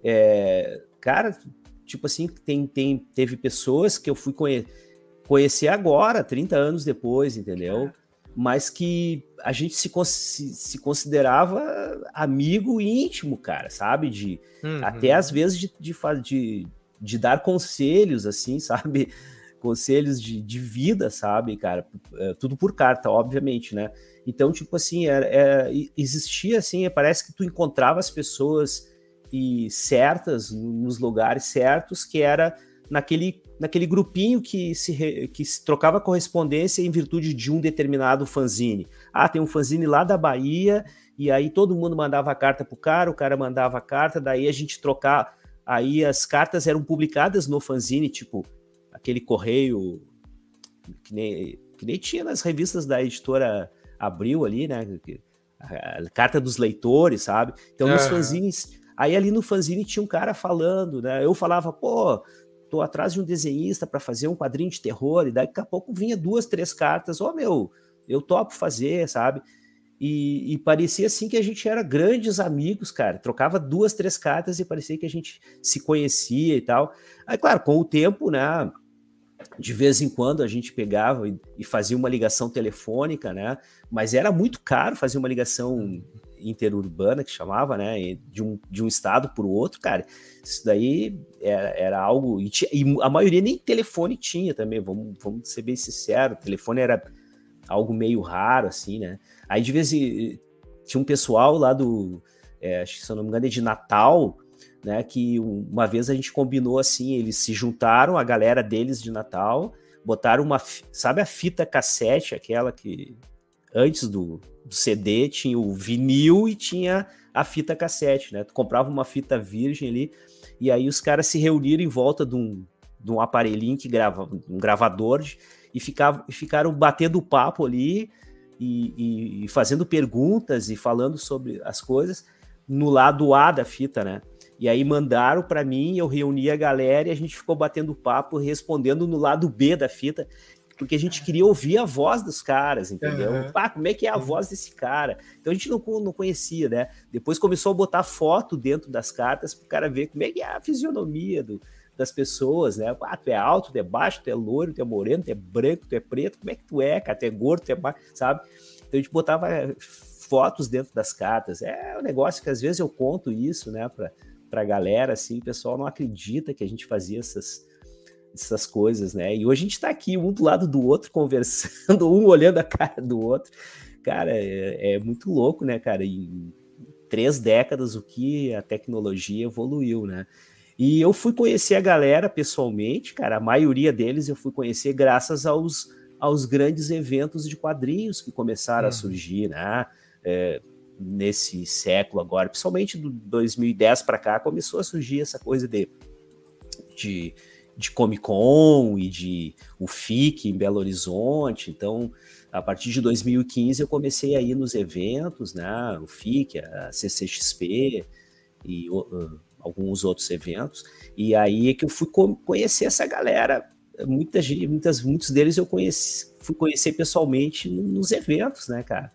É, cara, tipo assim, tem, tem, teve pessoas que eu fui conhe- conhecer agora, trinta anos depois, entendeu? Mas que a gente se, se, se considerava amigo íntimo, cara, sabe? De, uhum. Até às vezes de, de, de, de dar conselhos, assim, sabe? Conselhos de, de vida, sabe, cara? É, tudo por carta, obviamente, né? Então, tipo assim, era, era, existia, assim, parece que tu encontrava as pessoas e certas, nos lugares certos, que era naquele, naquele grupinho que se, re, que se trocava correspondência em virtude de um determinado fanzine. Ah, tem um fanzine lá da Bahia, e aí todo mundo mandava a carta pro cara, o cara mandava a carta, daí a gente trocava, aí as cartas eram publicadas no fanzine, tipo, aquele correio que nem, que nem tinha nas revistas da editora Abril ali, né, a, a carta dos leitores, sabe? Então, nos uhum. fanzines, aí ali no fanzine tinha um cara falando, né, eu falava, pô, tô atrás de um desenhista para fazer um quadrinho de terror, e daqui a pouco vinha duas, três cartas, ó, oh, meu, eu topo fazer, sabe? E, e parecia assim que a gente era grandes amigos, cara, trocava duas, três cartas e parecia que a gente se conhecia e tal. Aí, claro, com o tempo, né, de vez em quando a gente pegava e, e fazia uma ligação telefônica, né, mas era muito caro fazer uma ligação interurbana, que chamava, né, de um, de um estado para o outro, cara, isso daí era, era algo, e, tinha, e a maioria nem telefone tinha também, vamos, vamos ser bem sinceros, o telefone era algo meio raro, assim, né, aí de vez em tinha um pessoal lá do, é, acho que se eu não me engano é de Natal, né, que uma vez a gente combinou assim, eles se juntaram, a galera deles de Natal, botaram uma, sabe a fita cassete, aquela que antes do, do C D tinha o vinil e tinha a fita cassete, né? Tu comprava uma fita virgem ali, e aí os caras se reuniram em volta de um, de um aparelhinho que grava, um gravador, e, ficava, e ficaram batendo papo ali, e, e, e fazendo perguntas e falando sobre as coisas no lado A da fita, né? E aí mandaram para mim, eu reuni a galera e a gente ficou batendo papo, respondendo no lado B da fita, porque a gente queria ouvir a voz dos caras, entendeu? Uhum. Pá, como é que é a voz desse cara? Então a gente não, não conhecia, né? Depois começou a botar foto dentro das cartas para o cara ver como é que é a fisionomia do, das pessoas, né? Ah, tu é alto, tu é baixo, tu é loiro, tu é moreno, tu é branco, tu é preto, como é que tu é, cara? Tu é gordo, tu é baixo, sabe? Então a gente botava fotos dentro das cartas. É um negócio que às vezes eu conto isso, né, pra, pra galera, assim, o pessoal não acredita que a gente fazia essas... essas coisas, né? E hoje a gente tá aqui, um do lado do outro, conversando, um olhando a cara do outro. Cara, é, é muito louco, né, cara? E, três décadas o que a tecnologia evoluiu, né? E eu fui conhecer a galera pessoalmente, cara, a maioria deles eu fui conhecer graças aos, aos grandes eventos de quadrinhos que começaram uhum. a surgir, né? É, nesse século agora, principalmente do dois mil e dez para cá, começou a surgir essa coisa de, de, de Comic Con e de o F I C em Belo Horizonte. Então, a partir de dois mil e quinze eu comecei a ir nos eventos, né? O F I C, a C C X P e uh, alguns outros eventos, e aí é que eu fui conhecer essa galera. Muita gente, muitas, muitos deles eu conheci, fui conhecer pessoalmente nos eventos, né, cara?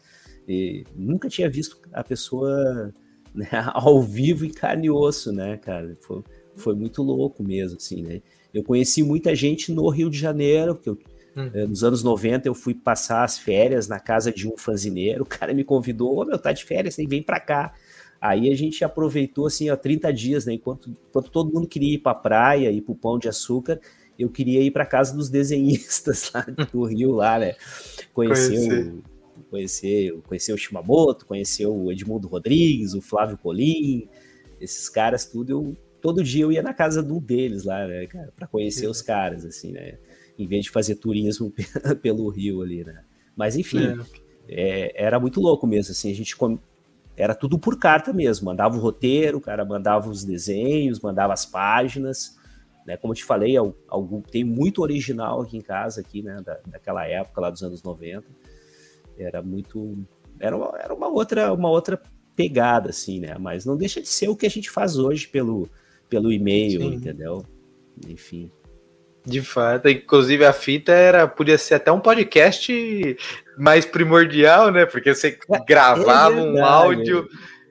E nunca tinha visto a pessoa, né, ao vivo em carne e osso, né, cara? Foi, foi muito louco mesmo, assim, né? Eu conheci muita gente no Rio de Janeiro, porque eu, hum. nos anos noventa eu fui passar as férias na casa de um fanzineiro, o cara me convidou, ô, meu, tá de férias, hein? Vem pra cá. Aí a gente aproveitou, assim, ó, trinta dias, né? Enquanto, enquanto todo mundo queria ir pra praia, ir pro Pão de Açúcar, eu queria ir pra casa dos desenhistas lá do Rio, lá, né? Conhecer o, conhecer, conhecer o Shimamoto, conhecer o Edmundo Rodrigues, o Flávio Colim, esses caras tudo. Eu, todo dia eu ia na casa de um deles lá, né, cara? Pra conhecer os caras, assim, né? Em vez de fazer turismo pelo Rio ali, né? Mas, enfim, é. É, era muito louco mesmo, assim, a gente... Com... Era tudo por carta mesmo, mandava o roteiro, o cara mandava os desenhos, mandava as páginas, né? Como eu te falei, algum, tem muito original aqui em casa, aqui, né? Da, daquela época, lá dos anos noventa. Era muito... Era uma, era uma, outra, uma outra pegada, assim, né? Mas não deixa de ser o que a gente faz hoje pelo, pelo e-mail, sim, entendeu? Enfim. De fato, inclusive a fita era, podia ser até um podcast mais primordial, né? Porque você gravava é um áudio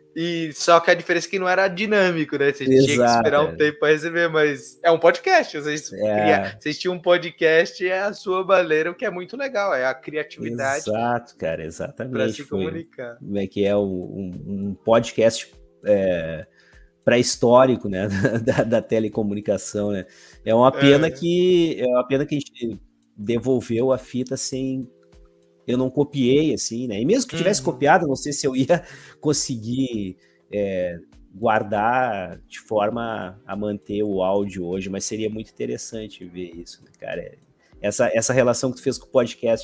e só que a diferença é que não era dinâmico, né? Você Exato, tinha que esperar um tempo para receber, mas é um podcast. Vocês, é. cria... vocês tinham um podcast, é a sua maneira, o que é muito legal, é a criatividade. Exato, cara, exatamente. Para se comunicar. Como é que é um, um podcast é, pré-histórico, né? Da, da telecomunicação, né? É uma pena é. que é uma pena que a gente devolveu a fita sem... Eu não copiei, assim, né? E mesmo que tivesse uhum. copiado, não sei se eu ia conseguir é, guardar de forma a manter o áudio hoje, mas seria muito interessante ver isso, né, cara? Essa, essa relação que tu fez com o podcast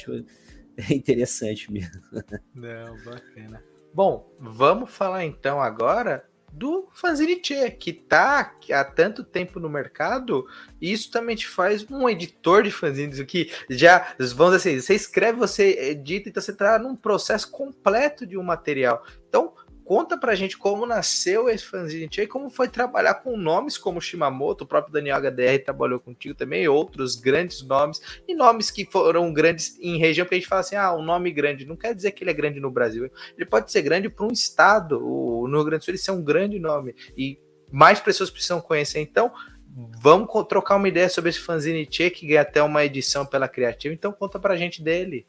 é interessante mesmo. Não, bacana. Bom, vamos falar então agora do Fanzine Tchê, que tá há tanto tempo no mercado, e isso também te faz um editor de fanzines, o que já, vamos dizer assim, você escreve, você edita, então você tá num processo completo de um material. Então, conta pra gente como nasceu esse Fanzine Tchê e como foi trabalhar com nomes como Shimamoto, o próprio Daniel H D R trabalhou contigo também, e outros grandes nomes, e nomes que foram grandes em região, porque a gente fala assim, ah, um nome grande, não quer dizer que ele é grande no Brasil, ele pode ser grande para um estado, o, no Rio Grande do Sul ele ser um grande nome, e mais pessoas precisam conhecer, então vamos trocar uma ideia sobre esse Fanzine Tchê, que ganha até uma edição pela Criativa, então conta pra gente dele.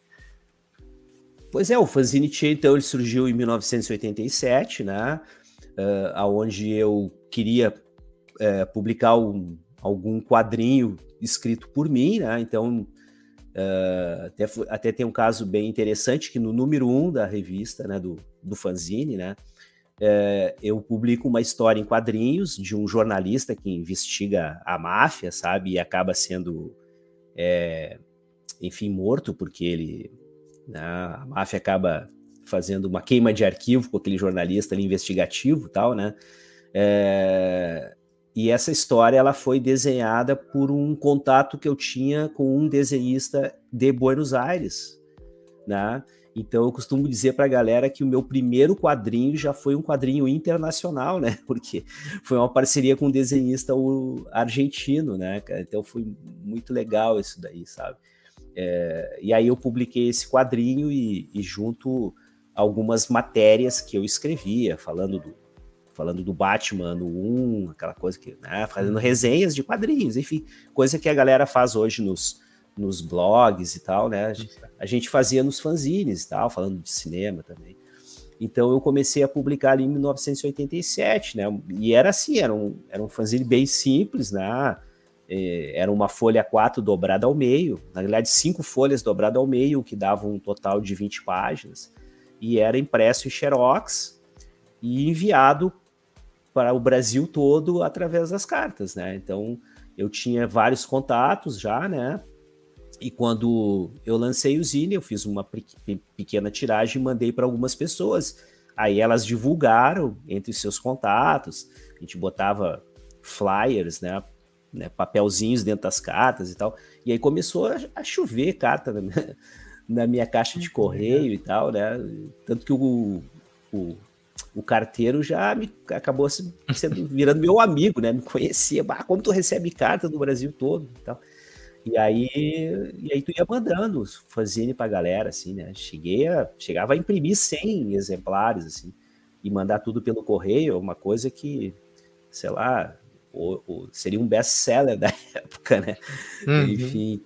Pois é, o Fanzine Tchê, então, ele surgiu em mil novecentos e oitenta e sete, né, uh, onde eu queria uh, publicar um, algum quadrinho escrito por mim, né, então uh, até, até tem um caso bem interessante, que no número um da revista, né, do, do Fanzine, né, uh, eu publico uma história em quadrinhos de um jornalista que investiga a máfia, sabe, e acaba sendo, é, enfim, morto, porque ele... A máfia acaba fazendo uma queima de arquivo com aquele jornalista ali investigativo e tal, né? É... E essa história ela foi desenhada por um contato que eu tinha com um desenhista de Buenos Aires, né? Então eu costumo dizer para a galera que o meu primeiro quadrinho já foi um quadrinho internacional, né? Porque foi uma parceria com um desenhista argentino, né? Então foi muito legal isso daí, sabe? É, e aí eu publiquei esse quadrinho e, e junto algumas matérias que eu escrevia, falando do, falando do Batman no um, aquela coisa que, né, fazendo resenhas de quadrinhos, enfim, coisa que a galera faz hoje nos, nos blogs e tal, né? A gente, a gente fazia nos fanzines e tal, falando de cinema também. Então eu comecei a publicar ali em mil novecentos e oitenta e sete, né? E era assim, era um, era um fanzine bem simples, né? Era uma folha A quatro dobrada ao meio, na verdade cinco folhas dobradas ao meio, que dava um total de vinte páginas, e era impresso em xerox, e enviado para o Brasil todo através das cartas, né? Então, eu tinha vários contatos já, né? E quando eu lancei o Zine, eu fiz uma pequena tiragem e mandei para algumas pessoas. Aí elas divulgaram entre os seus contatos, a gente botava flyers, né? né papelzinhos dentro das cartas e tal. E aí começou a, a chover carta na minha, na minha caixa de correio e tal, né? Tanto que o, o, o carteiro já me, acabou sendo, virando meu amigo, né? Me conhecia. Ah, como tu recebe carta do Brasil todo e tal. E aí, e aí tu ia mandando fanzine pra galera, assim, né? Cheguei a, chegava a imprimir cem exemplares, assim, e mandar tudo pelo correio, uma coisa que, sei lá, o, o, seria um best-seller da época, né? Uhum. Enfim,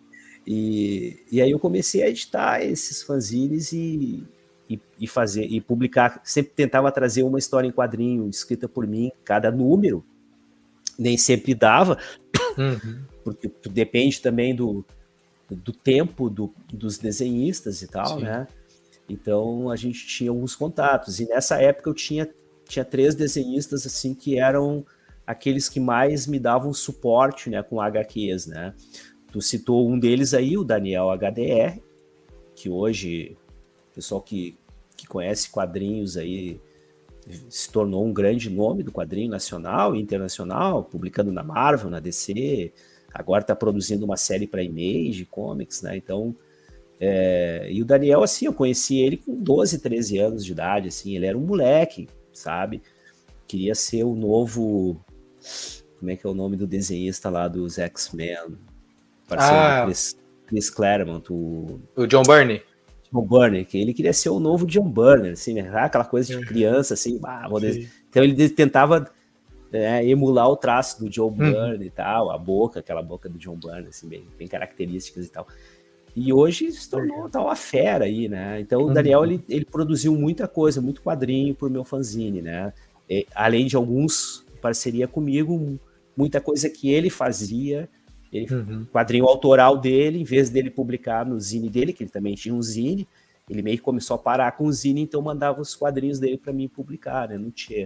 e, e aí eu comecei a editar esses fanzines e, e, e fazer, e publicar, sempre tentava trazer uma história em quadrinho escrita por mim, cada número, nem sempre dava, uhum. porque depende também do, do tempo do, dos desenhistas e tal, Sim. né? Então a gente tinha alguns contatos, e nessa época eu tinha, tinha três desenhistas assim que eram aqueles que mais me davam suporte, né, com H Qs, né? Tu citou um deles aí, o Daniel H D R, que hoje, o pessoal que, que conhece quadrinhos aí, se tornou um grande nome do quadrinho nacional e internacional, publicando na Marvel, na D C, agora está produzindo uma série para Image Comics, né? Então, é... e o Daniel, assim, eu conheci ele com doze, treze anos de idade, assim, ele era um moleque, sabe? Queria ser o novo, como é que é o nome do desenhista lá dos X-Men? Parceiro ah, do Chris, Chris Claremont, o... o John Byrne. John Byrne, que ele queria ser o novo John Byrne, assim, né? Aquela coisa de criança, assim, ah, então ele tentava é, emular o traço do John Byrne uhum. e tal, a boca, aquela boca do John Byrne, assim, bem, bem características e tal. E hoje se tornou tá uma fera aí, né? Então o Daniel, uhum. ele, ele produziu muita coisa, muito quadrinho por meu fanzine, né? E, além de alguns em parceria comigo, muita coisa que ele fazia, ele, uhum. quadrinho autoral dele, em vez dele publicar no zine dele, que ele também tinha um zine, ele meio que começou a parar com o zine, então mandava os quadrinhos dele para mim publicar, né, no Tchê.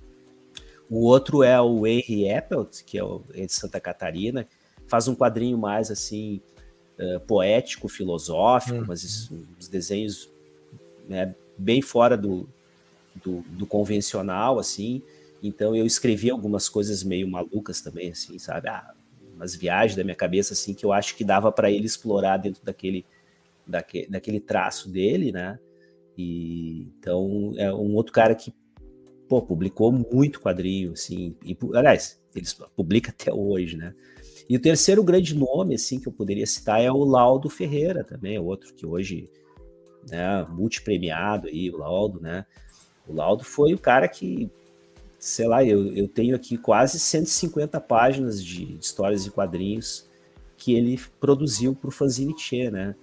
O outro é o Henry Appelt, que é, o, é de Santa Catarina, faz um quadrinho mais assim, uh, poético, filosófico, uhum. mas isso, os desenhos, né, bem fora do, do, do convencional, assim. Então eu escrevi algumas coisas meio malucas também, assim, sabe? Ah, umas viagens da minha cabeça, assim, que eu acho que dava para ele explorar dentro daquele, daquele, daquele traço dele, né? E, então, é um outro cara que, pô, publicou muito quadrinho, assim, e, aliás, ele publica até hoje, né? E o terceiro grande nome, assim, que eu poderia citar é o Laudo Ferreira também, outro que hoje, né, multipremiado aí, o Laudo, né? O Laudo foi o cara que, sei lá, eu, eu tenho aqui quase cento e cinquenta páginas de histórias e quadrinhos que ele produziu para o fanzine Tchê, né?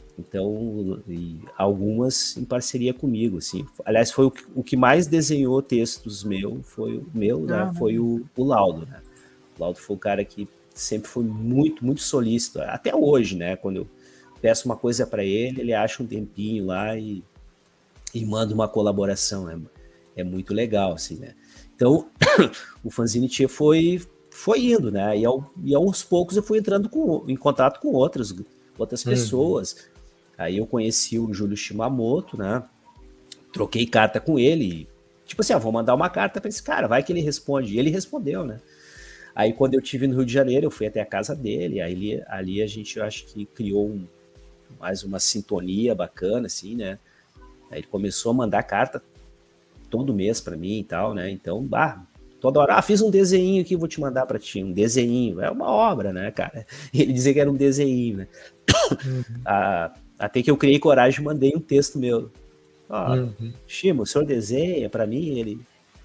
Então, e algumas em parceria comigo, assim. Aliás, foi o que, o que mais desenhou textos meu, foi o meu, né? Ah, foi o, o Laudo, né? O Laudo foi o cara que sempre foi muito, muito solícito, até hoje, né? Quando eu peço uma coisa para ele, ele acha um tempinho lá e, e manda uma colaboração, né? É muito legal, assim, né? Então, o fanzine Tchê foi, foi indo, né? E, ao, e aos poucos eu fui entrando com, em contato com outras, outras pessoas. Uhum. Aí eu conheci o Júlio Shimamoto, né? Troquei carta com ele. Tipo assim, ah, vou mandar uma carta para esse cara, vai que ele responde. E ele respondeu, né? Aí quando eu estive no Rio de Janeiro, eu fui até a casa dele. Aí ali a gente, eu acho que criou um, mais uma sintonia bacana, assim, né? Aí ele começou a mandar carta todo mês para mim e tal, né? Então, bah, toda hora, ah, fiz um desenho aqui, vou te mandar para ti, um desenho, é uma obra, né, cara? E ele dizia que era um desenho, né? Uhum. ah, até que eu criei coragem e mandei um texto meu. Ó, uhum. Shimo, o senhor desenha para mim? Ele,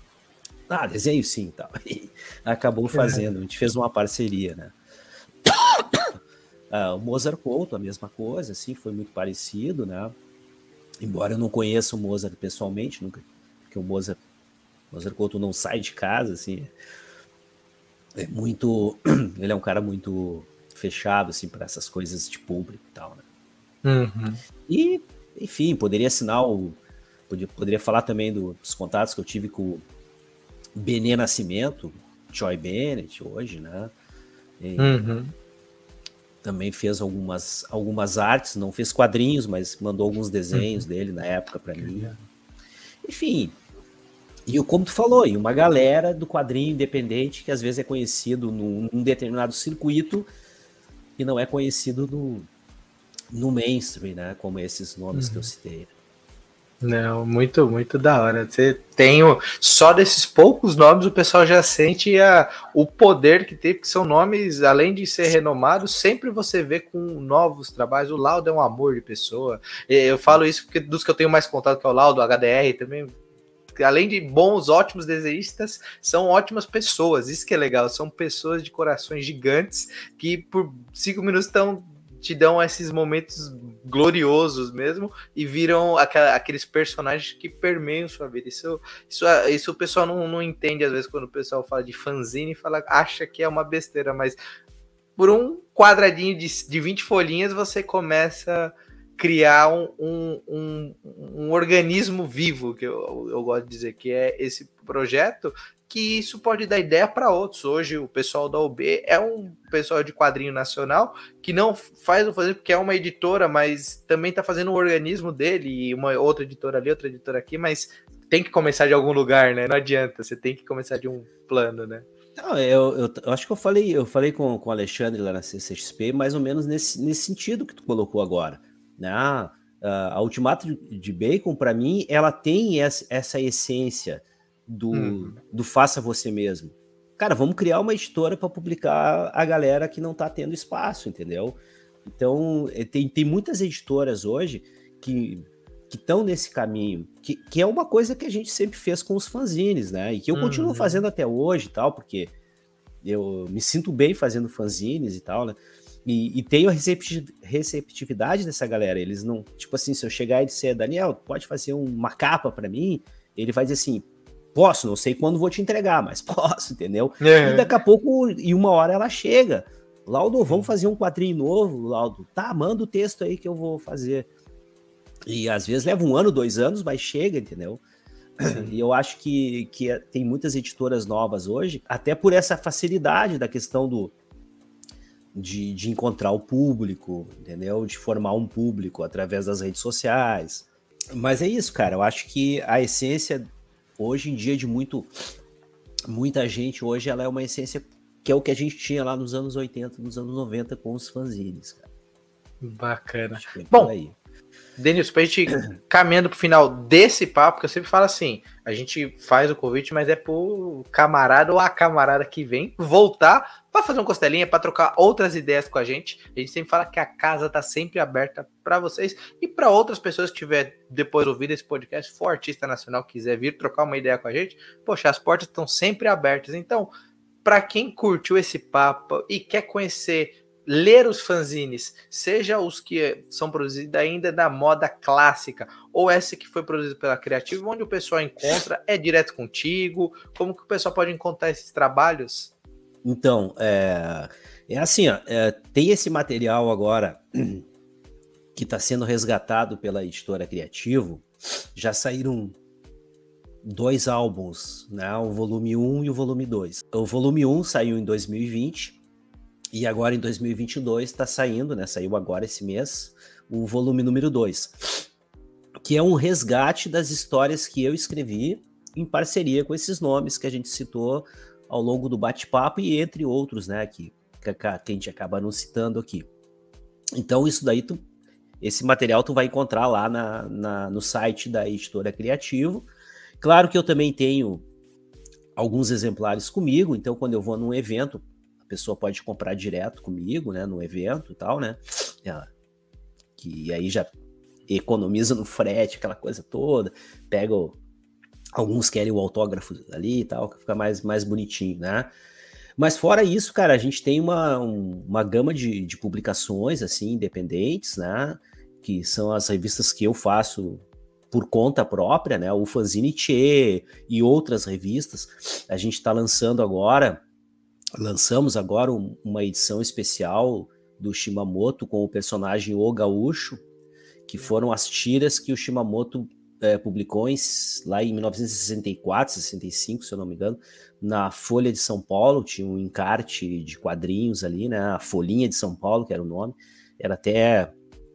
ah, desenho sim, e tal. E acabou fazendo, a gente fez uma parceria, né? ah, o Mozart Couto, a mesma coisa, assim, foi muito parecido, né? Embora eu não conheça o Mozart pessoalmente, nunca, porque o Mozart, Mozart Couto não sai de casa, assim, é muito, ele é um cara muito fechado, assim, para essas coisas de público e tal, né? Uhum. E, enfim, poderia assinar o, poderia, poderia falar também do, dos contatos que eu tive com o Benê Nascimento, Joy Bennett hoje, né? E Uhum. também fez algumas, algumas artes, não fez quadrinhos, mas mandou alguns desenhos uhum. dele na época para mim. Enfim, e como tu falou, e uma galera do quadrinho independente que às vezes é conhecido num, num determinado circuito e não é conhecido no, no mainstream, né? Como esses nomes uhum. que eu citei. Não, muito, muito da hora. Você tem o, só desses poucos nomes o pessoal já sente a, o poder que tem, porque são nomes, além de ser renomados, sempre você vê com novos trabalhos. O Laudo é um amor de pessoa. Eu falo isso porque dos que eu tenho mais contato, que é o Laudo, o H D R também. Além de bons, ótimos desenhistas, são ótimas pessoas. Isso que é legal. São pessoas de corações gigantes que por cinco minutos estão te dão esses momentos gloriosos mesmo e viram aqua, aqueles personagens que permeiam sua vida. Isso, isso, isso o pessoal não, não entende às vezes quando o pessoal fala de fanzine e fala, acha que é uma besteira, mas por um quadradinho de, de vinte folhinhas você começa a criar um, um, um, um organismo vivo, que eu, eu gosto de dizer, que é esse projeto, que isso pode dar ideia para outros. Hoje o pessoal da U B é um pessoal de quadrinho nacional que não faz o fazer porque é uma editora, mas também está fazendo um organismo dele, e uma outra editora ali, outra editora aqui, mas tem que começar de algum lugar, né? Não adianta, você tem que começar de um plano, né? Não, eu, eu, eu acho que eu falei, eu falei com, com o Alexandre lá na C C X P, mais ou menos nesse, nesse sentido que tu colocou agora, né? A, a Ultimato de Bacon, para mim, ela tem essa, essa essência do, hum. do faça você mesmo. Cara, vamos criar uma editora para publicar a galera que não tá tendo espaço, entendeu? Então, tem, tem muitas editoras hoje que que estão nesse caminho, que, que é uma coisa que a gente sempre fez com os fanzines, né? E que eu uhum. continuo fazendo até hoje e tal, porque eu me sinto bem fazendo fanzines e tal, né? E, e tenho a receptividade dessa galera. Eles não, tipo assim, se eu chegar e disser, Daniel, pode fazer uma capa para mim? Ele vai dizer assim, posso, não sei quando vou te entregar, mas posso, entendeu? É. E daqui a pouco, em uma hora ela chega. Laudo, vamos fazer um quadrinho novo, Laudo. Tá, manda o texto aí que eu vou fazer. E às vezes leva um ano, dois anos, mas chega, entendeu? Sim. E eu acho que, que tem muitas editoras novas hoje, até por essa facilidade da questão do, de, de encontrar o público, entendeu? De formar um público através das redes sociais. Mas é isso, cara. Eu acho que a essência, hoje em dia, de muito, muita gente, hoje ela é uma essência que é o que a gente tinha lá nos anos oitenta, nos anos noventa com os fanzines, cara. Bacana. Bom, aí. Denilson, pra gente caminhando pro final desse papo, que eu sempre falo assim, a gente faz o convite, mas é pro camarada ou a camarada que vem voltar para fazer um costelinha, para trocar outras ideias com a gente. A gente sempre fala que a casa tá sempre aberta para vocês e para outras pessoas que tiver depois ouvido esse podcast, for artista nacional, quiser vir trocar uma ideia com a gente, poxa, as portas estão sempre abertas. Então, para quem curtiu esse papo e quer conhecer, ler os fanzines, seja os que são produzidos ainda na moda clássica, ou essa que foi produzida pela Criativa, onde o pessoal encontra, é direto contigo, como que o pessoal pode encontrar esses trabalhos? Então, é, é assim, ó, é, tem esse material agora que está sendo resgatado pela editora Criativo, já saíram dois álbuns, né, o volume um e o volume dois. O volume um saiu em dois mil e vinte, e agora em dois mil e vinte e dois está saindo, né? Saiu agora esse mês, o volume número dois, que é um resgate das histórias que eu escrevi em parceria com esses nomes que a gente citou ao longo do bate-papo e entre outros, né? Que, que a gente acaba não citando aqui. Então isso daí, tu, esse material tu vai encontrar lá na, na, no site da editora Criativo. Claro que eu também tenho alguns exemplares comigo, então quando eu vou num evento, a pessoa pode comprar direto comigo, né, no evento e tal, né, que aí já economiza no frete, aquela coisa toda, pega, o, alguns querem o autógrafo ali e tal, que fica mais, mais bonitinho, né, mas fora isso, cara, a gente tem uma, um, uma gama de, de publicações, assim, independentes, né, que são as revistas que eu faço por conta própria, né, o Fanzine Tchê e outras revistas. A gente tá lançando agora Lançamos agora um, uma edição especial do Shimamoto com o personagem O Gaúcho, que foram as tiras que o Shimamoto é, publicou em, lá em mil novecentos e sessenta e quatro, sessenta e cinco, se eu não me engano, na Folha de São Paulo, tinha um encarte de quadrinhos ali, né? A Folhinha de São Paulo, que era o nome. Era até,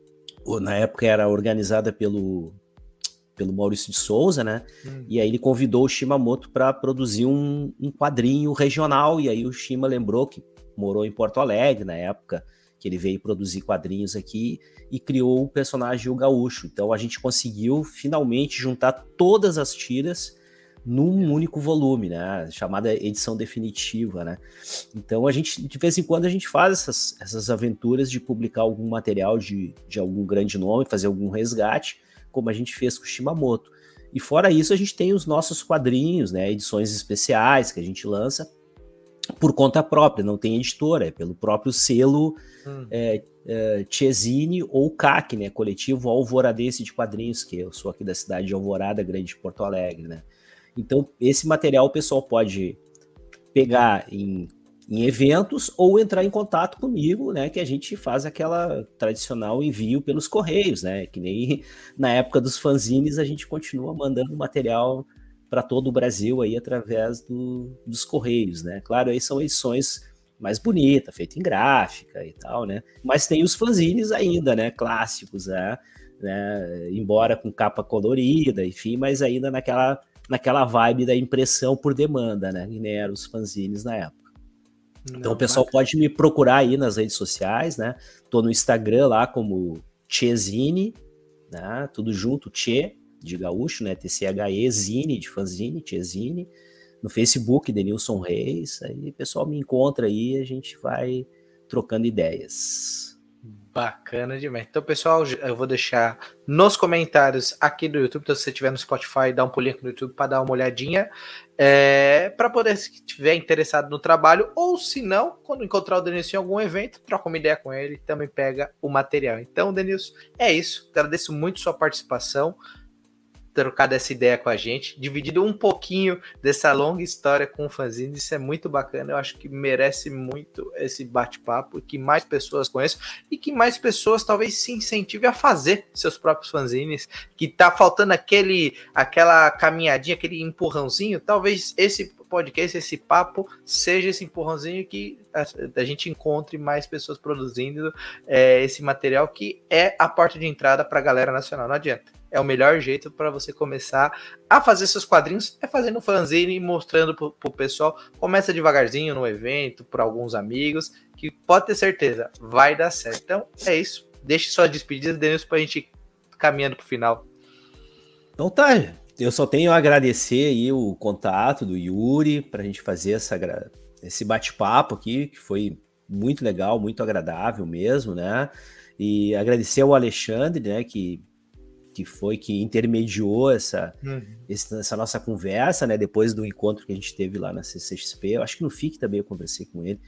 na época era organizada pelo, pelo Maurício de Souza, né? Hum. E aí ele convidou o Shimamoto para produzir um, um quadrinho regional, e aí o Shima lembrou que morou em Porto Alegre na época, que ele veio produzir quadrinhos aqui e criou o personagem O Gaúcho. Então a gente conseguiu finalmente juntar todas as tiras num único volume, né? Chamada edição definitiva, né? Então a gente, de vez em quando, a gente faz essas, essas aventuras de publicar algum material de, de algum grande nome, fazer algum resgate, como a gente fez com o Shimamoto. E fora isso, a gente tem os nossos quadrinhos, né? Edições especiais que a gente lança por conta própria, não tem editora, é pelo próprio selo hum. é, é, Chesine ou C A C, né, Coletivo Alvoradense de Quadrinhos, que eu sou aqui da cidade de Alvorada, Grande de Porto Alegre, né. Então, esse material o pessoal pode pegar em, em eventos ou entrar em contato comigo, né, que a gente faz aquela tradicional envio pelos correios, né, que nem na época dos fanzines a gente continua mandando material para todo o Brasil aí através do, dos correios, né? Claro, aí são edições mais bonitas, feitas em gráfica e tal, né? Mas tem os fanzines ainda, né? Clássicos, né? né? Embora com capa colorida, enfim, mas ainda naquela, naquela vibe da impressão por demanda, né? E nem eram os fanzines na época. Não, então o pessoal bacana. Pode me procurar aí nas redes sociais, né? Tô no Instagram lá como Chesine, né? Tudo junto, Che, de gaúcho, né, T C H E, Zine, de fanzine, Chesine, no Facebook, Denilson Reis, aí o pessoal me encontra aí, a gente vai trocando ideias. Bacana demais. Então, pessoal, eu vou deixar nos comentários aqui do YouTube, então se você estiver no Spotify, dá um pulinho aqui no YouTube para dar uma olhadinha, é, para poder, se estiver interessado no trabalho, ou se não, quando encontrar o Denilson em algum evento, troca uma ideia com ele, também pega o material. Então, Denilson, é isso. Agradeço muito sua participação, trocado essa ideia com a gente, dividido um pouquinho dessa longa história com o fanzine, isso é muito bacana, eu acho que merece muito esse bate-papo, e que mais pessoas conheçam, e que mais pessoas talvez se incentivem a fazer seus próprios fanzines, que tá faltando aquele, aquela caminhadinha, aquele empurrãozinho, talvez esse podcast, esse papo, seja esse empurrãozinho que a, a gente encontre mais pessoas produzindo é, esse material, que é a porta de entrada para a galera nacional, não adianta. É o melhor jeito para você começar a fazer seus quadrinhos, é fazendo fanzine e mostrando pro, pro pessoal. Começa devagarzinho no evento, para alguns amigos, que pode ter certeza, vai dar certo. Então, é isso. Deixe suas despedidas, Denilson, pra gente ir caminhando pro final. Então tá, eu só tenho a agradecer aí o contato do Yuri pra gente fazer essa, esse bate-papo aqui, que foi muito legal, muito agradável mesmo, né? E agradecer ao Alexandre, né, que que foi que intermediou essa, uhum. esse, essa nossa conversa, né, depois do encontro que a gente teve lá na C C X P, eu acho que no F I C também eu conversei com ele,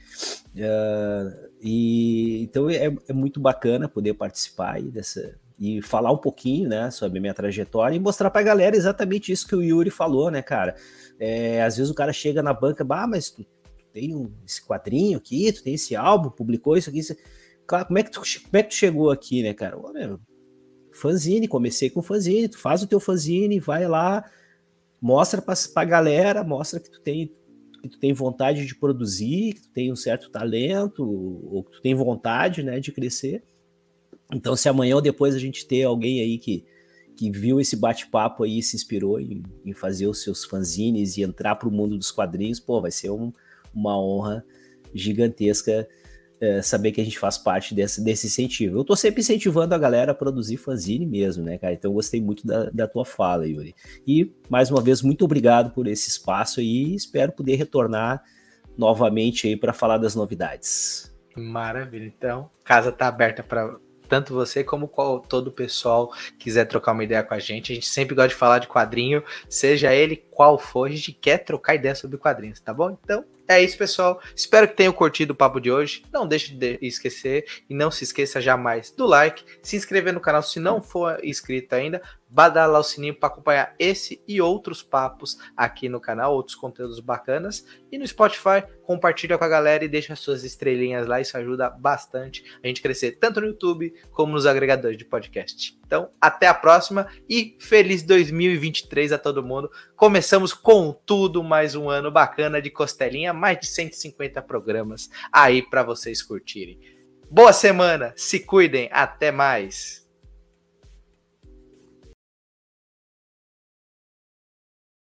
uh, e então é, é muito bacana poder participar aí dessa, e falar um pouquinho, né, sobre a minha trajetória e mostrar pra galera exatamente isso que o Yuri falou, né, cara, é, às vezes o cara chega na banca, bah, mas tu, tu tem um, esse quadrinho aqui, tu tem esse álbum, publicou isso aqui, isso... Claro, como é que tu, como é que tu chegou aqui, né, cara? Ô, meu, fanzine, comecei com fanzine, tu faz o teu fanzine, vai lá, mostra pra, pra galera, mostra que tu tem que tu tem vontade de produzir, que tu tem um certo talento, ou que tu tem vontade, né, de crescer. Então, se amanhã ou depois a gente ter alguém aí que, que viu esse bate-papo aí e se inspirou em, em fazer os seus fanzines e entrar pro mundo dos quadrinhos, pô, vai ser um, uma honra gigantesca É, saber que a gente faz parte desse, desse incentivo. Eu tô sempre incentivando a galera a produzir fanzine mesmo, né, cara? Então eu gostei muito da, da tua fala, Yuri. E, mais uma vez, muito obrigado por esse espaço aí e espero poder retornar novamente aí para falar das novidades. Maravilha. Então, casa tá aberta para tanto você como qual, todo o pessoal quiser trocar uma ideia com a gente. A gente sempre gosta de falar de quadrinho, seja ele qual for, a gente quer trocar ideia sobre quadrinhos, tá bom? Então, é isso, pessoal. Espero que tenham curtido o papo de hoje. Não deixe de esquecer e não se esqueça jamais do like, se inscrever no canal se não for inscrito ainda, badalar o sininho para acompanhar esse e outros papos aqui no canal, outros conteúdos bacanas. E no Spotify, compartilha com a galera e deixa as suas estrelinhas lá, isso ajuda bastante a gente crescer tanto no YouTube como nos agregadores de podcast. Então, Então, até a próxima e feliz dois mil e vinte e três a todo mundo. Começamos com tudo, mais um ano bacana de Costelinha, mais de cento e cinquenta programas aí para vocês curtirem. Boa semana, se cuidem, até mais.